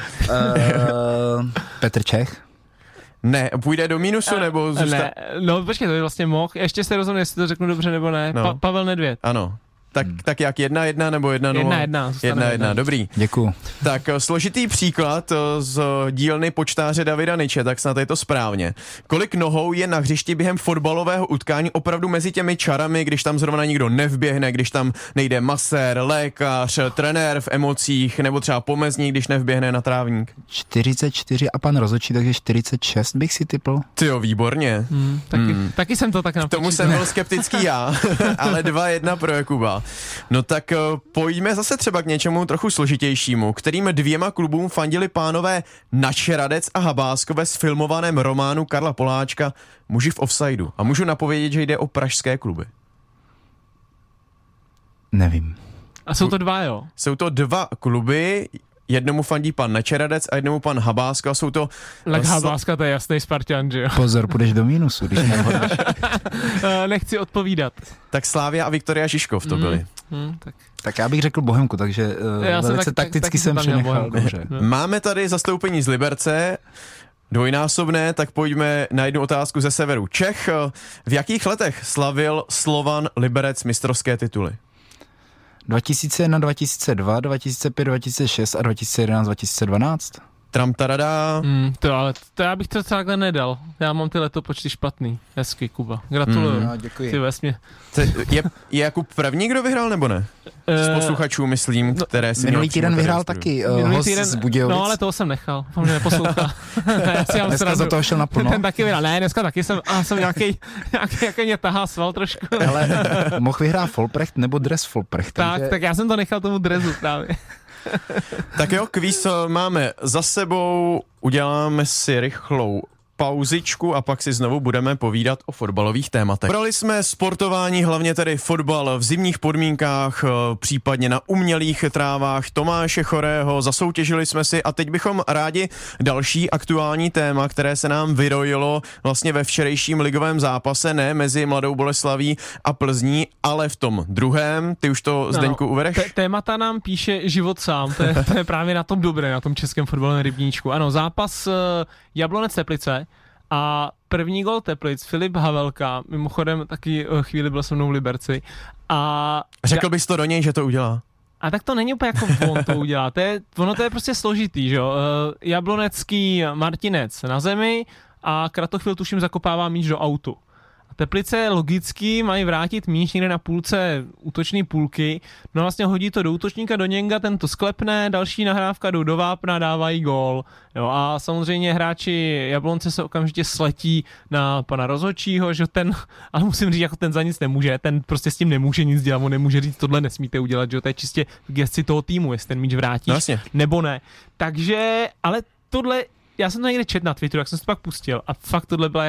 Petr Čech.
Ne, půjde do mínusu nebo zůstane?
Ne, no počkej, to by vlastně mohl. Ještě se rozhodnu, jestli to řeknu dobře nebo ne.
No.
Pavel Nedvěd.
Ano. Tak jak 1-1 nebo 1-0? 1-1, dobrý.
Děkuju.
Tak složitý příklad z dílny počtáře Davida Niče, tak snad je to správně. Kolik nohou je na hřišti během fotbalového utkání opravdu mezi těmi čarami, když tam zrovna nikdo nevběhne, když tam nejde masér, lékař, trenér v emocích, nebo třeba pomezník, když nevběhne na trávník?
44 a pan rozhodčí, takže 46 bych si tipl.
Tyjo, výborně.
Taky jsem to tak napočítal.
K tomu jsem byl skeptický já, ale 2-1 pro Jakuba. No tak pojďme zase třeba k něčemu trochu složitějšímu, kterým 2 klubům fandili pánové Načeradec a Habáskové z filmovaném románu Karla Poláčka Muži v offsideu. A můžu napovědět, že jde o pražské kluby.
Nevím.
A jsou to 2, jo?
Jsou to 2 kluby, jednomu fandí pan Načeradec a jednomu pan Habásko a jsou to...
Tak Habáska, to je jasný Spartan, že jo?
Pozor, půjdeš do mínusu, když nehodneš.
Nechci odpovídat.
Tak Slávia a Viktoria Žižkov to byli.
Tak já bych řekl Bohemku, takže velice takticky jsem přenechal.
Máme tady zastoupení z Liberce, dvojnásobné, tak pojďme na jednu otázku ze severu Čech. V jakých letech slavil Slovan Liberec mistrovské tituly?
2001, 2002, 2005, 2006 a 2011, 2012?
Tramtarada.
To já bych to takhle nedal. Já mám ty letopočty špatný. Hezky, Kuba. Gratuluju.
No, děkuji.
Ty vesmě.
Je Jakub první, kdo vyhrál, nebo ne? Z posluchačů, myslím, které si
minulý týden vyhrál taky host z Budějovic.
No, ale toho jsem nechal. Doufám, že neposlouchá.
Dneska za toho šel naplno.
Ten taky vyhrál. Ne, dneska taky jsem nějaký mě tahá sval trošku.
Ale mohl vyhrát Folprecht nebo Dres Folprecht.
Tak já jsem to nechal tomu dresu právě.
Tak jo, kvíz máme za sebou, uděláme si rychlou pauzičku a pak si znovu budeme povídat o fotbalových tématech. Brali jsme sportování, hlavně tedy fotbal v zimních podmínkách, případně na umělých trávách Tomáše Chorého, zasoutěžili jsme si a teď bychom rádi další aktuální téma, které se nám vyrojilo vlastně ve včerejším ligovém zápase, ne mezi Mladou Boleslaví a Plzní, ale v tom druhém. Ty už to, Zdeňku, uvedeš?
Témata nám píše život sám, to je právě na tom dobré, na tom českém fotbalovém rybníčku. Ano, zápas Jablonec Teplice a první gol Teplic, Filip Havelka, mimochodem taky chvíli byl se mnou v Liberci. A
řekl bys to do něj, že to udělá?
A tak to není úplně jako on to udělá, ono to je prostě složitý, že jo. Jablonecký Martinec na zemi a Kratochvil tuším zakopává míč do autu. Teplice logicky mají vrátit míč někde na půlce útočné půlky, no vlastně hodí to do útočníka, do Něnga, ten to sklepne, další nahrávka jdou do vápna, dávají gól. Jo, a samozřejmě hráči Jablonce se okamžitě sletí na pana rozhodčího, že ten, ale musím říct, jako ten za nic nemůže, ten prostě s tím nemůže nic dělat, on nemůže říct, tohle nesmíte udělat, že to je čistě v gesci toho týmu, jestli ten míč vrátíš, nebo ne. Takže, ale tohle, já jsem to někde četl na Twitteru, jak jsem se to pak pustil a fakt tohle byla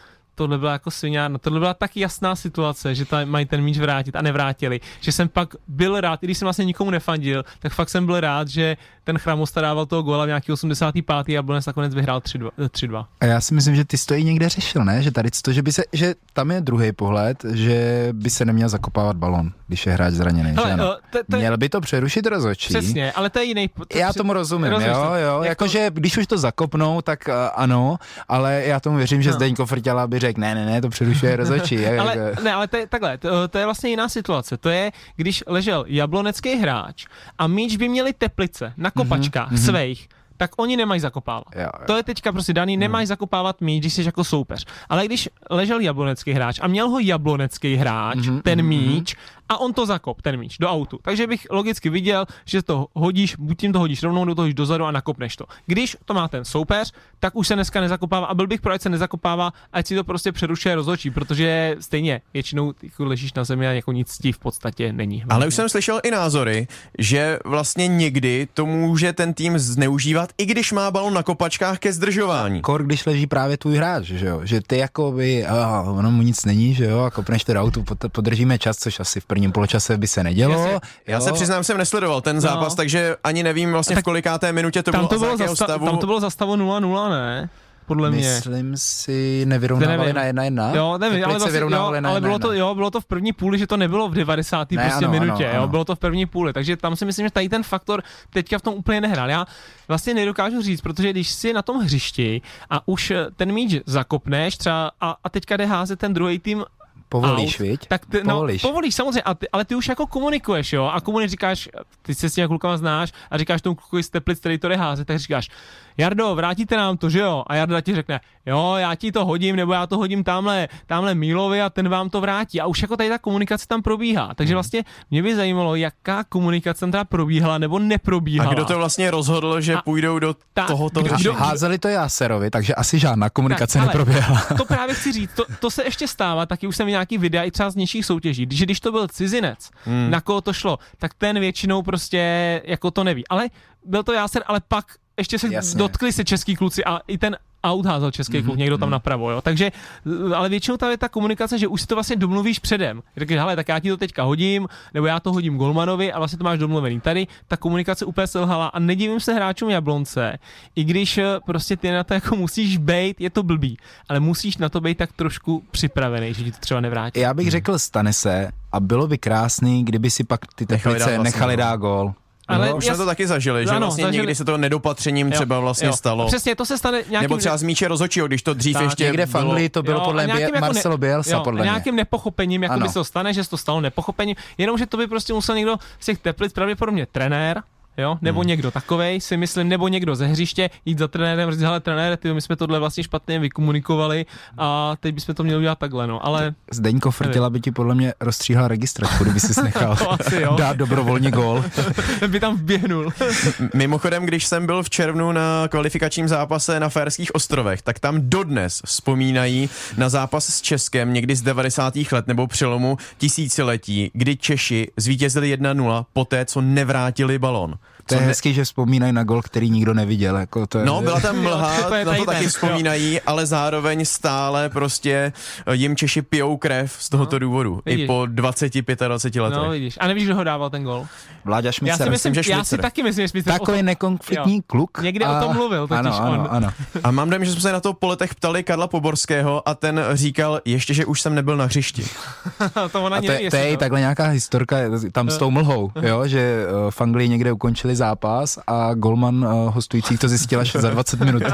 jako sviňárna, tohle byla tak jasná situace, že tam mají ten míč vrátit a nevrátili, že jsem pak byl rád, i když jsem vlastně nikomu nefandil, tak fakt jsem byl rád, že ten Chramosta dával toho góla v nějaký 85. a Jablonec nakonec vyhrál 3-2. A
já si myslím, že ty jsi to i někde řešil, ne? Že tady to, že tam je druhý pohled, že by se neměl zakopávat balon, když je hráč zraněný. Měl by to přerušit rozhodčí.
Přesně, ale to je jiný.
Já tomu rozumím, jo. Jakože když už to zakopnou, tak ano, ale já tomu věřím, že Zdeňko Frťala by řekl, ne, to přerušuje rozhodčí.
ale to je takhle, to je vlastně jiná situace. To je, když ležel jablonecký hráč a míč by měli Teplice na kopačkách svejch, tak oni nemají zakopávat. Jo. To je teďka prostě daný, nemají zakopávat míč, když jsi jako soupeř. Ale když ležel jablonecký hráč a měl ho jablonecký hráč, ten míč, a on to zakop, ten míč, do autu. Takže bych logicky viděl, že to hodíš, buď tím to hodíš rovnou, do toho hodíš dozadu a nakopneš to. Když to má ten soupeř, tak už se dneska nezakopává a byl bych pro, ať se nezakopává, ať si to prostě přerušuje rozhodčí, protože stejně většinou jako ležíš na zemi a jako nic ti v podstatě není.
Ale už jsem slyšel i názory, že vlastně někdy to může ten tým zneužívat, i když má balon na kopačkách ke zdržování.
Kor, když leží právě tvůj hráč, že jo, že ty jakoby, ono mu nic není, že jo, a kopneš to do autu, podržíme čas, což asi v prvním poločase by se nedělo.
Já se přiznám, jsem nesledoval ten zápas, takže ani nevím vlastně v kolikáté minutě to bylo a z jakého stavu.
Tam to bylo za stavu 0-0, ne? Podle mě.
Myslím si, nevyrovnávali na 1-1.
Jo, nevím, ale, bylo to v první půli, že to nebylo v 90. minutě, ano. Bylo to v první půli, takže tam si myslím, že tady ten faktor teďka v tom úplně nehrál. Já vlastně nedokážu říct, protože když si na tom hřišti a už ten míč zakopneš třeba a teďka jde házet ten druhý tým
Povolíš, viď?
Tak povolíš samozřejmě, ale ty už jako komunikuješ, jo, a říkáš, ty se s těmi klukama znáš a říkáš tomu klukovi z Teplic, který to jde házet, tak říkáš, Jardo, vrátíte nám to, že jo? A Jarda ti řekne, jo, já ti to hodím, nebo já to hodím tamhle Mílovi a ten vám to vrátí. A už jako tady ta komunikace tam probíhá. Takže vlastně mě by zajímalo, jaká komunikace tam teda probíhala nebo neprobíhala.
A kdo to vlastně rozhodl, že půjdou do tohoto řešení?
Házeli to Jáserovi, takže asi žádná komunikace neproběhla.
To právě chci říct, to se ještě stává, taky už jsem nějaký videa i třeba z nižších soutěží, když to byl cizinec, na koho to šlo, tak ten většinou prostě jako to neví. Ale byl to Jáser, ale pak ještě se dotkli se český kluci a i ten aut házel český kluk, někdo tam napravo, jo. Takže, ale většinou tam je ta komunikace, že už si to vlastně domluvíš předem. Řekneš, hele, tak já ti to teďka hodím, nebo já to hodím golmanovi a vlastně to máš domluvený. Tady ta komunikace úplně selhala a nedivím se hráčům Jablonce, i když prostě ty na to jako musíš bejt, je to blbý, ale musíš na to bejt tak trošku připravený, že ti to třeba nevrátí.
Já bych řekl, stane se a bylo by krásný, kdyby si pak ty Teplice nechali dát gól.
Ale už jsme to taky zažili, že vlastně někdy se to nedopatřením třeba vlastně stalo.
Přesně, to se stane nějakým...
Nebo třeba z míče rozhodčího, když to dřív ještě
někde v Anglii to bylo podle Marcelo Bielsa, podle mě.
Nějakým nepochopením, jako by se to stane, že se to stalo nepochopením, jenomže to by prostě musel někdo z těch Teplic, pravděpodobně trenér, jo, nebo někdo takovej, si myslím, nebo někdo ze hřiště jít za trenérem, říct, hele trenére, my jsme tohle vlastně špatně vykomunikovali a teď bychom to měli udělat takhle, no, ale...
Zdeňko Frtěla by ti podle mě rozstříhal registračku, kdyby si nechal dát dobrovolně gól.
By tam vběhnul.
Mimochodem, když jsem byl v červnu na kvalifikačním zápase na Faerských ostrovech, tak tam dodnes vzpomínají na zápas s Českem někdy z 90. let nebo přelomu tisíciletí, kdy Češi zvítězili 1-0 poté, co nevrátili balón.
To je hezký, že vzpomínají na gol, který nikdo neviděl. Jako to je...
No, byla tam mlha, na to taky vzpomínají, ale zároveň stále prostě jim Češi pijou krev z tohoto důvodu. I po 25 letech.
No, vidíš. A nevíš, kdo ho dával ten gol?
Vláďa Šmicer.
Já si taky myslím, že Šmicer.
Takový nekonfliktní kluk.
Někde o tom mluvil, totiž
ano.
A mám dojem, že jsme se na to po letech ptali Karla Poborského a ten říkal ještě, že už jsem nebyl na hřišti.
To je takhle nějaká historka tam s tou mlhou, jo, že v Anglii někde ukončili zápas a golman hostujících to zjistil až za 20 minut.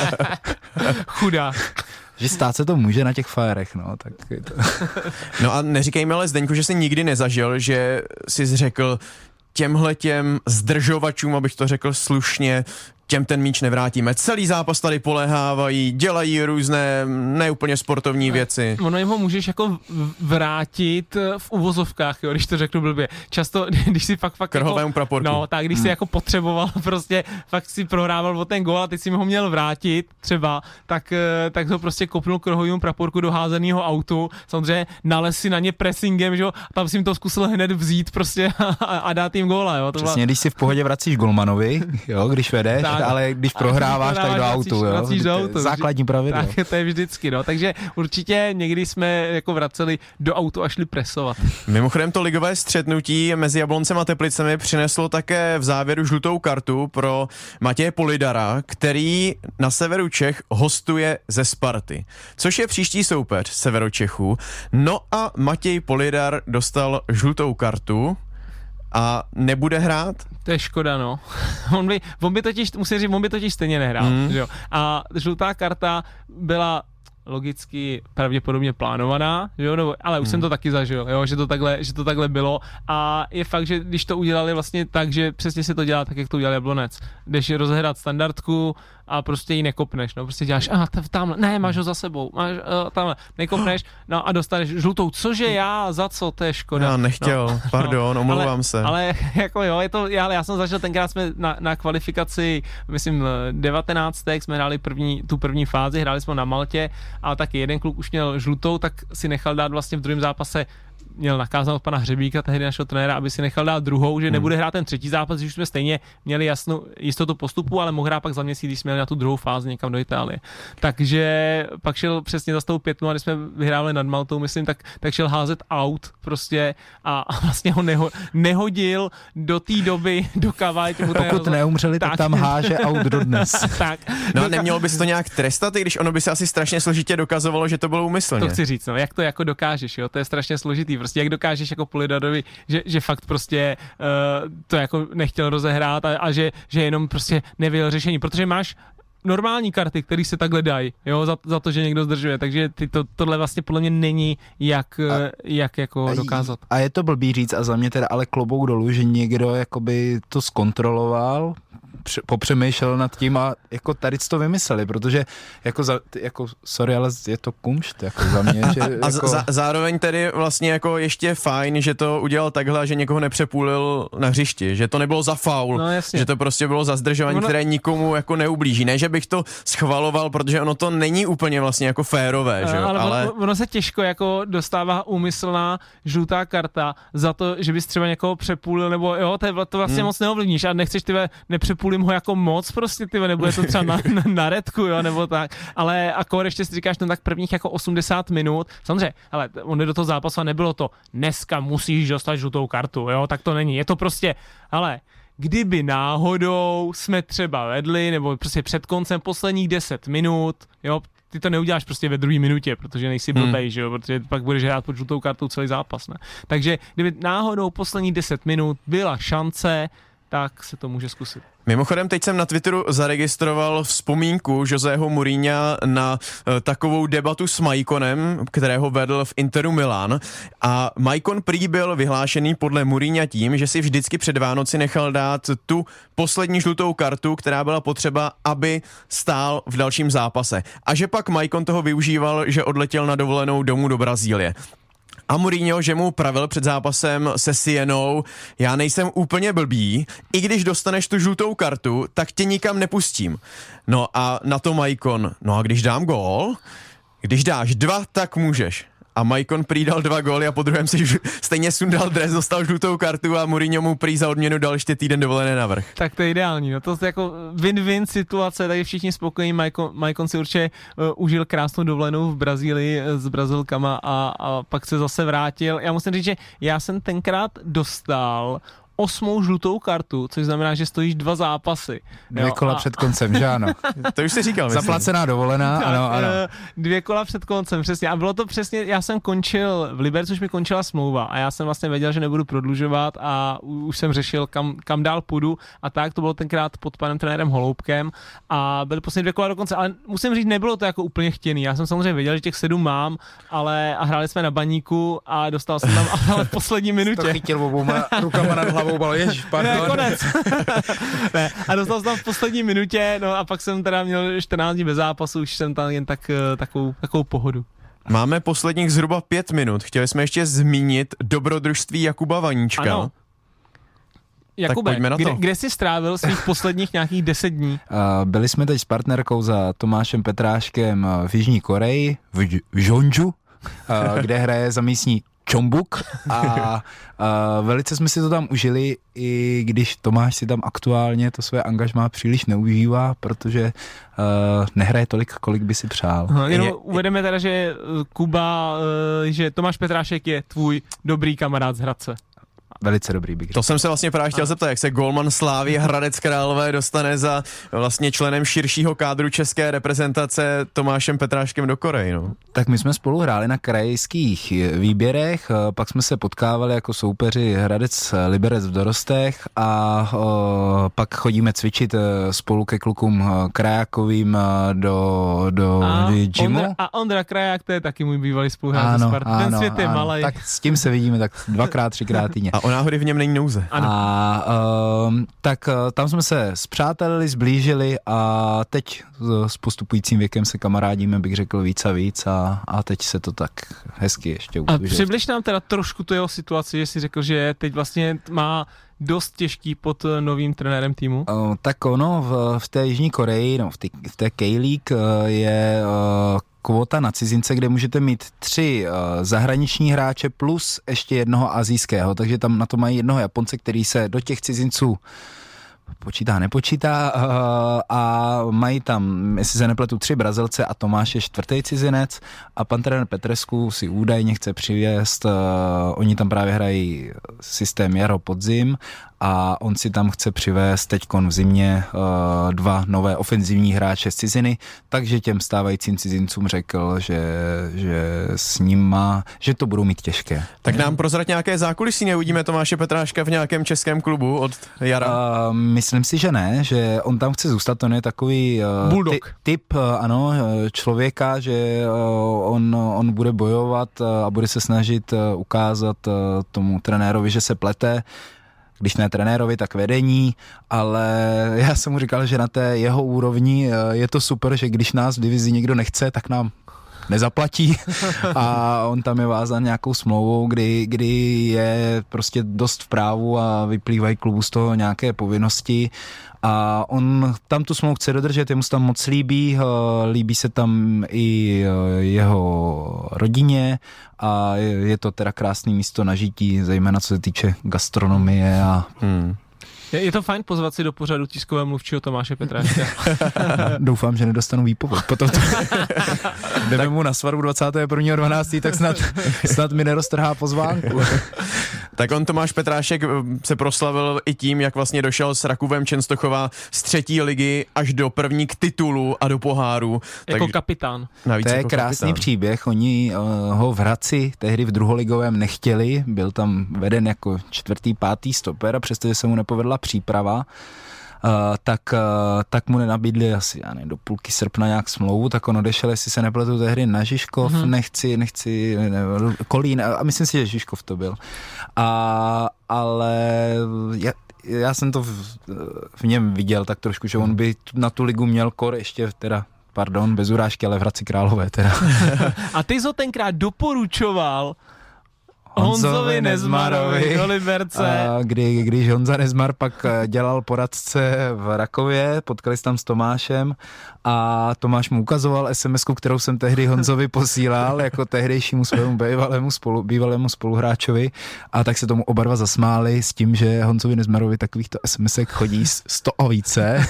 Chudá.
Že stát se to může na těch Faerech, no, tak je to...
No a neříkejme ale Zdeňku, že jsi nikdy nezažil, že jsi řekl těmhletěm zdržovačům, abych to řekl slušně, těm ten míč nevrátíme. Celý zápas tady polehávají, dělají různé neúplně sportovní věci.
Ono jim ho můžeš jako vrátit v uvozovkách, jo, když to řeknu blbě. Často, když si fakt
krhovému praporku.
No, tak když si jako potřeboval prostě, fakt si prohrával o ten gól a teď si mi ho měl vrátit třeba, tak ho prostě kopnul krhovému praporku do házenýho autu. Samozřejmě nalez si na ně pressingem, že jo, a tam si jim to zkusil hned vzít prostě a dát jim góla, jo. To
přesně, když si v pohodě vracíš golmanovi, jo, když vedeš, ale když prohráváš, tak do autu, jo. Základní pravidlo.
Tak to je vždycky, no. Takže určitě někdy jsme jako vraceli do autu a šli presovat.
Mimochodem to ligové střetnutí mezi Jabloncem a Teplicemi přineslo také v závěru žlutou kartu pro Matěje Polidara, který na severu Čech hostuje ze Sparty, což je příští soupeř Severočechů. No a Matěj Polidar dostal žlutou kartu a nebude hrát?
To je škoda, no. On by totiž stejně nehrál, že jo. A žlutá karta byla logicky pravděpodobně plánovaná, že jo, ale už jsem to taky zažil, jo, že to takhle bylo a je fakt, že když to udělali vlastně tak, že přesně se to dělá tak, jak to udělal Jablonec. Jdeš rozehrát standardku a prostě ji nekopneš, no, prostě děláš, tamhle, ne, máš ho za sebou, máš tamhle, nekopneš, no a dostaneš žlutou, cože já, za co, to je škoda.
Já nechtěl, pardon, omlouvám se.
Ale jako jo, je to, já jsem zažil, tenkrát jsme na kvalifikaci, myslím 19. jsme hráli tu první fázi, hráli jsme na Maltě, ale taky jeden kluk už měl žlutou, tak si nechal dát vlastně v druhém zápase, měl nakázat od pana Hřebíka, tehdy našeho trenéra, aby si nechal dát druhou, že nebude hrát ten třetí zápas, když jsme stejně měli jasnou jistotu postupu, ale mohl hrát pak za měsíc, když jsme měli na tu druhou fázi někam do Itálie. Takže pak šel přesně za tou 5-0, a když jsme vyhrávali nad Maltou, myslím, tak šel házet out prostě a vlastně ho nehodil do té doby do kavaj.
Pokud neumřeli, tak tam háže out dodnes.
Tak.
No a nemělo by se to nějak trestat, i když ono by se asi strašně složitě dokazovalo, že to bylo úmyslně.
To chci říct, no, jak to jako dokážeš, jo, to je strašně složitý. Prostě jak dokážeš jako Polidarovi, že fakt prostě to jako nechtěl rozehrát a že jenom prostě nevěděl řešení, protože máš normální karty, které se takhle dají, jo, za to, že někdo zdržuje, takže tohle vlastně podle mě není jak jako dokázat.
A je to blbý říct a za mě teda ale klobouk dolů, že někdo jakoby to zkontroloval, popřemýšlel nad tím a jako tady to vymysleli, protože jako sorry, ale je to kumšt, jako za mě. Že jako...
A zároveň tedy vlastně jako ještě fajn, že to udělal takhle, že někoho nepřepůlil na hřišti, že to nebylo za faul, že to prostě bylo za zdržování, které nikomu jako neublíží. Ne, že bych to schvaloval, protože ono to není úplně vlastně jako férové, že jo?
Ale ono se těžko jako dostává úmyslná žlutá karta za to, že bys třeba někoho přepůlil, nebo jo, to vlastně moc neovlivníš a nechceš nepřepůlím ho jako moc prostě, nebude to třeba na redku, jo, nebo tak, ale akor ještě si říkáš, no tak prvních jako 80 minut, samozřejmě, ale on do toho zápasu a nebylo to, dneska musíš dostat žlutou kartu, jo, tak to není, je to prostě, ale kdyby náhodou jsme třeba vedli, nebo prostě před koncem posledních 10 minut, jo, ty to neuděláš prostě ve druhé minutě, protože nejsi blbej, že jo, protože pak budeš hrát pod žlutou kartou celý zápas, ne. Takže kdyby náhodou posledních 10 minut byla šance, tak se to může zkusit.
Mimochodem, teď jsem na Twitteru zaregistroval vzpomínku Joseho Mourinha na takovou debatu s Maikonem, kterého vedl v Interu Milan. A Maikon prý byl vyhlášený podle Mourinha tím, že si vždycky před Vánoci nechal dát tu poslední žlutou kartu, která byla potřeba, aby stál v dalším zápase. A že pak Maikon toho využíval, že odletěl na dovolenou domů do Brazílie. A Mourinho, že mu pravil před zápasem se Sienou, já nejsem úplně blbý, i když dostaneš tu žlutou kartu, tak tě nikam nepustím. No a na to Maikon, no a když dám gól, když dáš 2, tak můžeš. A Maikon prý dal 2 góly a po druhém si stejně sundal dres, dostal žlutou kartu a Mourinho mu prý za odměnu dal ještě týden dovolené navrch.
Tak to je ideální, no to je jako win-win situace, tady všichni spokojení, Maikon si určitě užil krásnou dovolenou v Brazílii s Brazilkama a pak se zase vrátil. Já musím říct, že já jsem tenkrát dostal 8. žlutou kartu, což znamená, že stojíš 2 zápasy.
2 kola před koncem, že ano?
To už jsi říkal, myslím.
Zaplacená dovolená,
tak,
ano.
2 kola před koncem, přesně. A bylo to přesně, já jsem končil v Liberci, už mi končila smlouva a já jsem vlastně věděl, že nebudu prodlužovat a už jsem řešil, kam dál půjdu a tak, to bylo tenkrát pod panem trenérem Holoubkem a byly poslední 2 kola do konce, ale musím říct, nebylo to jako úplně chtěný. Já jsem samozřejmě věděl, že těch 7 mám, ale a hráli jsme na Baníku a dostal jsem tam ale v poslední minutě.
To chytil oboma rukama nad hlavou. Ježiš, pardon.
Ne, konec. Ne, a dostal jsem tam v poslední minutě, no a pak jsem teda měl 14 dní bez zápasu, už jsem tam jen takovou pohodu.
Máme posledních zhruba 5 minut. Chtěli jsme ještě zmínit dobrodružství Jakuba Vaníčka.
Ano. Jakube, kde jsi strávil svých posledních nějakých 10 dní?
Byli jsme teď s partnerkou za Tomášem Petráškem v Jižní Koreji, v Jeonju, kde hraje za místní Čombuk a velice jsme si to tam užili, i když Tomáš si tam aktuálně to své angažmá příliš neužívá, protože nehraje tolik, kolik by si přál.
Jenom uvedeme teda, že že Tomáš Petrášek je tvůj dobrý kamarád z Hradce.
Velice dobrý bych.
To jsem se vlastně právě chtěl zeptat, jak se golman Slávy Hradec Králové dostane za vlastně členem širšího kádru české reprezentace Tomášem Petráškem do Koreji, no.
Tak my jsme spolu hráli na krajských výběrech, pak jsme se potkávali jako soupeři Hradec Liberec v dorostech a pak chodíme cvičit spolu ke klukům krajákovým do gymu.
A Ondra Kraják, to je taky můj bývalý spoluhráč ze Sparty. Ten svět je malej.
Tak s tím se vidíme tak 2x, 3x týdně.
A o náhody v něm není nouze.
A tak tam jsme se spřátelili, zblížili a teď s postupujícím věkem se kamarádíme, bych řekl, víc a víc a teď se to tak hezky ještě
udrží. A přibliž nám teda trošku tu jeho situaci, že jsi řekl, že teď vlastně má dost těžký pod novým trenérem týmu?
Tak ono v té Jižní Koreji, no, v té K-League je kvota na cizince, kde můžete mít 3 zahraniční hráče plus ještě jednoho asijského, takže tam na to mají jednoho Japonce, který se do těch cizinců nepočítá a mají tam, jestli se nepletu, 3 Brazilce a Tomáš je 4. cizinec a pan trenér Petresku si údajně chce přivést, oni tam právě hrají systém jaro-podzim a on si tam chce přivést teďkon v zimě 2 nové ofenzivní hráče z ciziny, takže těm stávajícím cizincům řekl, že s nima, že to budou mít těžké.
Tak nám prozrať nějaké zákulisí, neuvidíme Tomáše Petráška v nějakém českém klubu od jara?
Myslím si, že ne, že on tam chce zůstat, on je takový typ člověka, že on bude bojovat a bude se snažit ukázat tomu trenérovi, že se plete, když ne trenérovi, tak vedení, ale já jsem mu říkal, že na té jeho úrovni je to super, že když nás v divizi někdo nechce, tak nám nezaplatí a on tam je vázán nějakou smlouvou, kdy je prostě dost v právu a vyplývají klubu z toho nějaké povinnosti a on tam tu smlouvu chce dodržet, jemu se tam moc líbí se tam i jeho rodině a je to teda krásné místo na žití, zejména co se týče gastronomie a...
Je to fajn pozvat si do pořadu tiskového mluvčího Tomáše Petráška.
Doufám, že nedostanu výpověď. Potom jdeme mu na svatbu 21.12., tak snad mi neroztrhá pozvánku.
Tak on Tomáš Petrášek se proslavil i tím, jak vlastně došel s Rakúvem Čenstochova z 3. ligy až do první k titulu a do poháru.
Jako kapitán.
To je krásný příběh. Oni ho v Hradci tehdy v druholigovém nechtěli. Byl tam veden jako 4., 5. stoper a přestože se mu nepovedla příprava, tak mu nenabídli asi do půlky srpna nějak smlouvu, tak on odešel, jestli se nepletu tehdy na Žižkov, nechci, Kolín, a myslím si, že Žižkov to byl. Ale já jsem to v něm viděl tak trošku, že on by na tu ligu měl ještě teda, pardon, bez urážky, ale v Hradci Králové teda.
A ty jsi ho tenkrát doporučoval Honzovi Nezmarovi do Liberce.
Když Honza Nezmar pak dělal poradce v Rakově, potkali se tam s Tomášem a Tomáš mu ukazoval SMS-ku, kterou jsem tehdy Honzovi posílal jako tehdejšímu svému bývalému spoluhráčovi a tak se tomu oba dva zasmáli s tím, že Honzovi Nezmarovi takovýchto SMS-ek chodí 100 a více,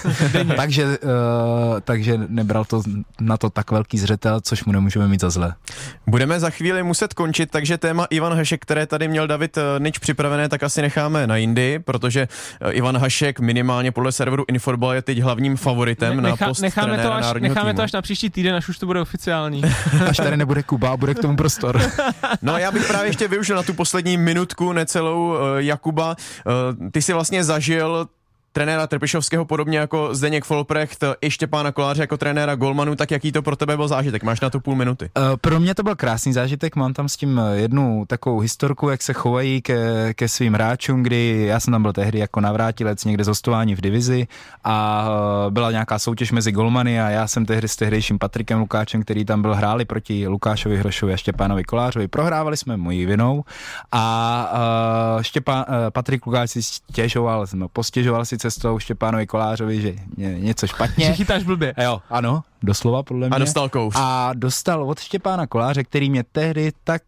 takže nebral to na to tak velký zřetel, což mu nemůžeme mít za zlé.
Budeme za chvíli muset končit, takže téma Ivan Hašek, které tady měl David Nič připravené, tak asi necháme na jindy, protože Ivan Hašek minimálně podle serveru Infotbal je teď hlavním favoritem na post trenéra národního týmu.
Necháme to až na příští týden, až už to bude oficiální.
Až tady nebude Kuba, bude k tomu prostor.
No já bych právě ještě využil na tu poslední minutku necelou Jakuba. Ty si vlastně zažil trenéra Trpišovského podobně jako Zdeněk Folprecht i Štěpána Koláře jako trenéra golmanů, tak jaký to pro tebe byl zážitek? Máš na to půl minuty.
Pro mě to byl krásný zážitek, mám tam s tím jednu takovou historku, jak se chovají ke svým hráčům, kdy já jsem tam byl tehdy jako navrátilec někde z hostování v divizi a byla nějaká soutěž mezi golmany a já jsem tehdy s tehdejším Patrikem Lukáčem, který tam byl, hráli proti Lukášovi Hrošovi a Štěpánovi Kolářovi. Prohrávali jsme mojí vinou a Patrik Lukáč si postěžoval si cestou Štěpánovi Kolářovi, že něco špatně.
Že chytáš blbě.
Jo, ano, doslova podle mě.
A dostal kouř.
A dostal od Štěpána Koláře, který mě tehdy tak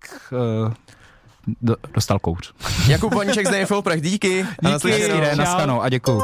dostal kouř.
Jakub Vaníček z Folprecht, díky.
Díky, a děkuju.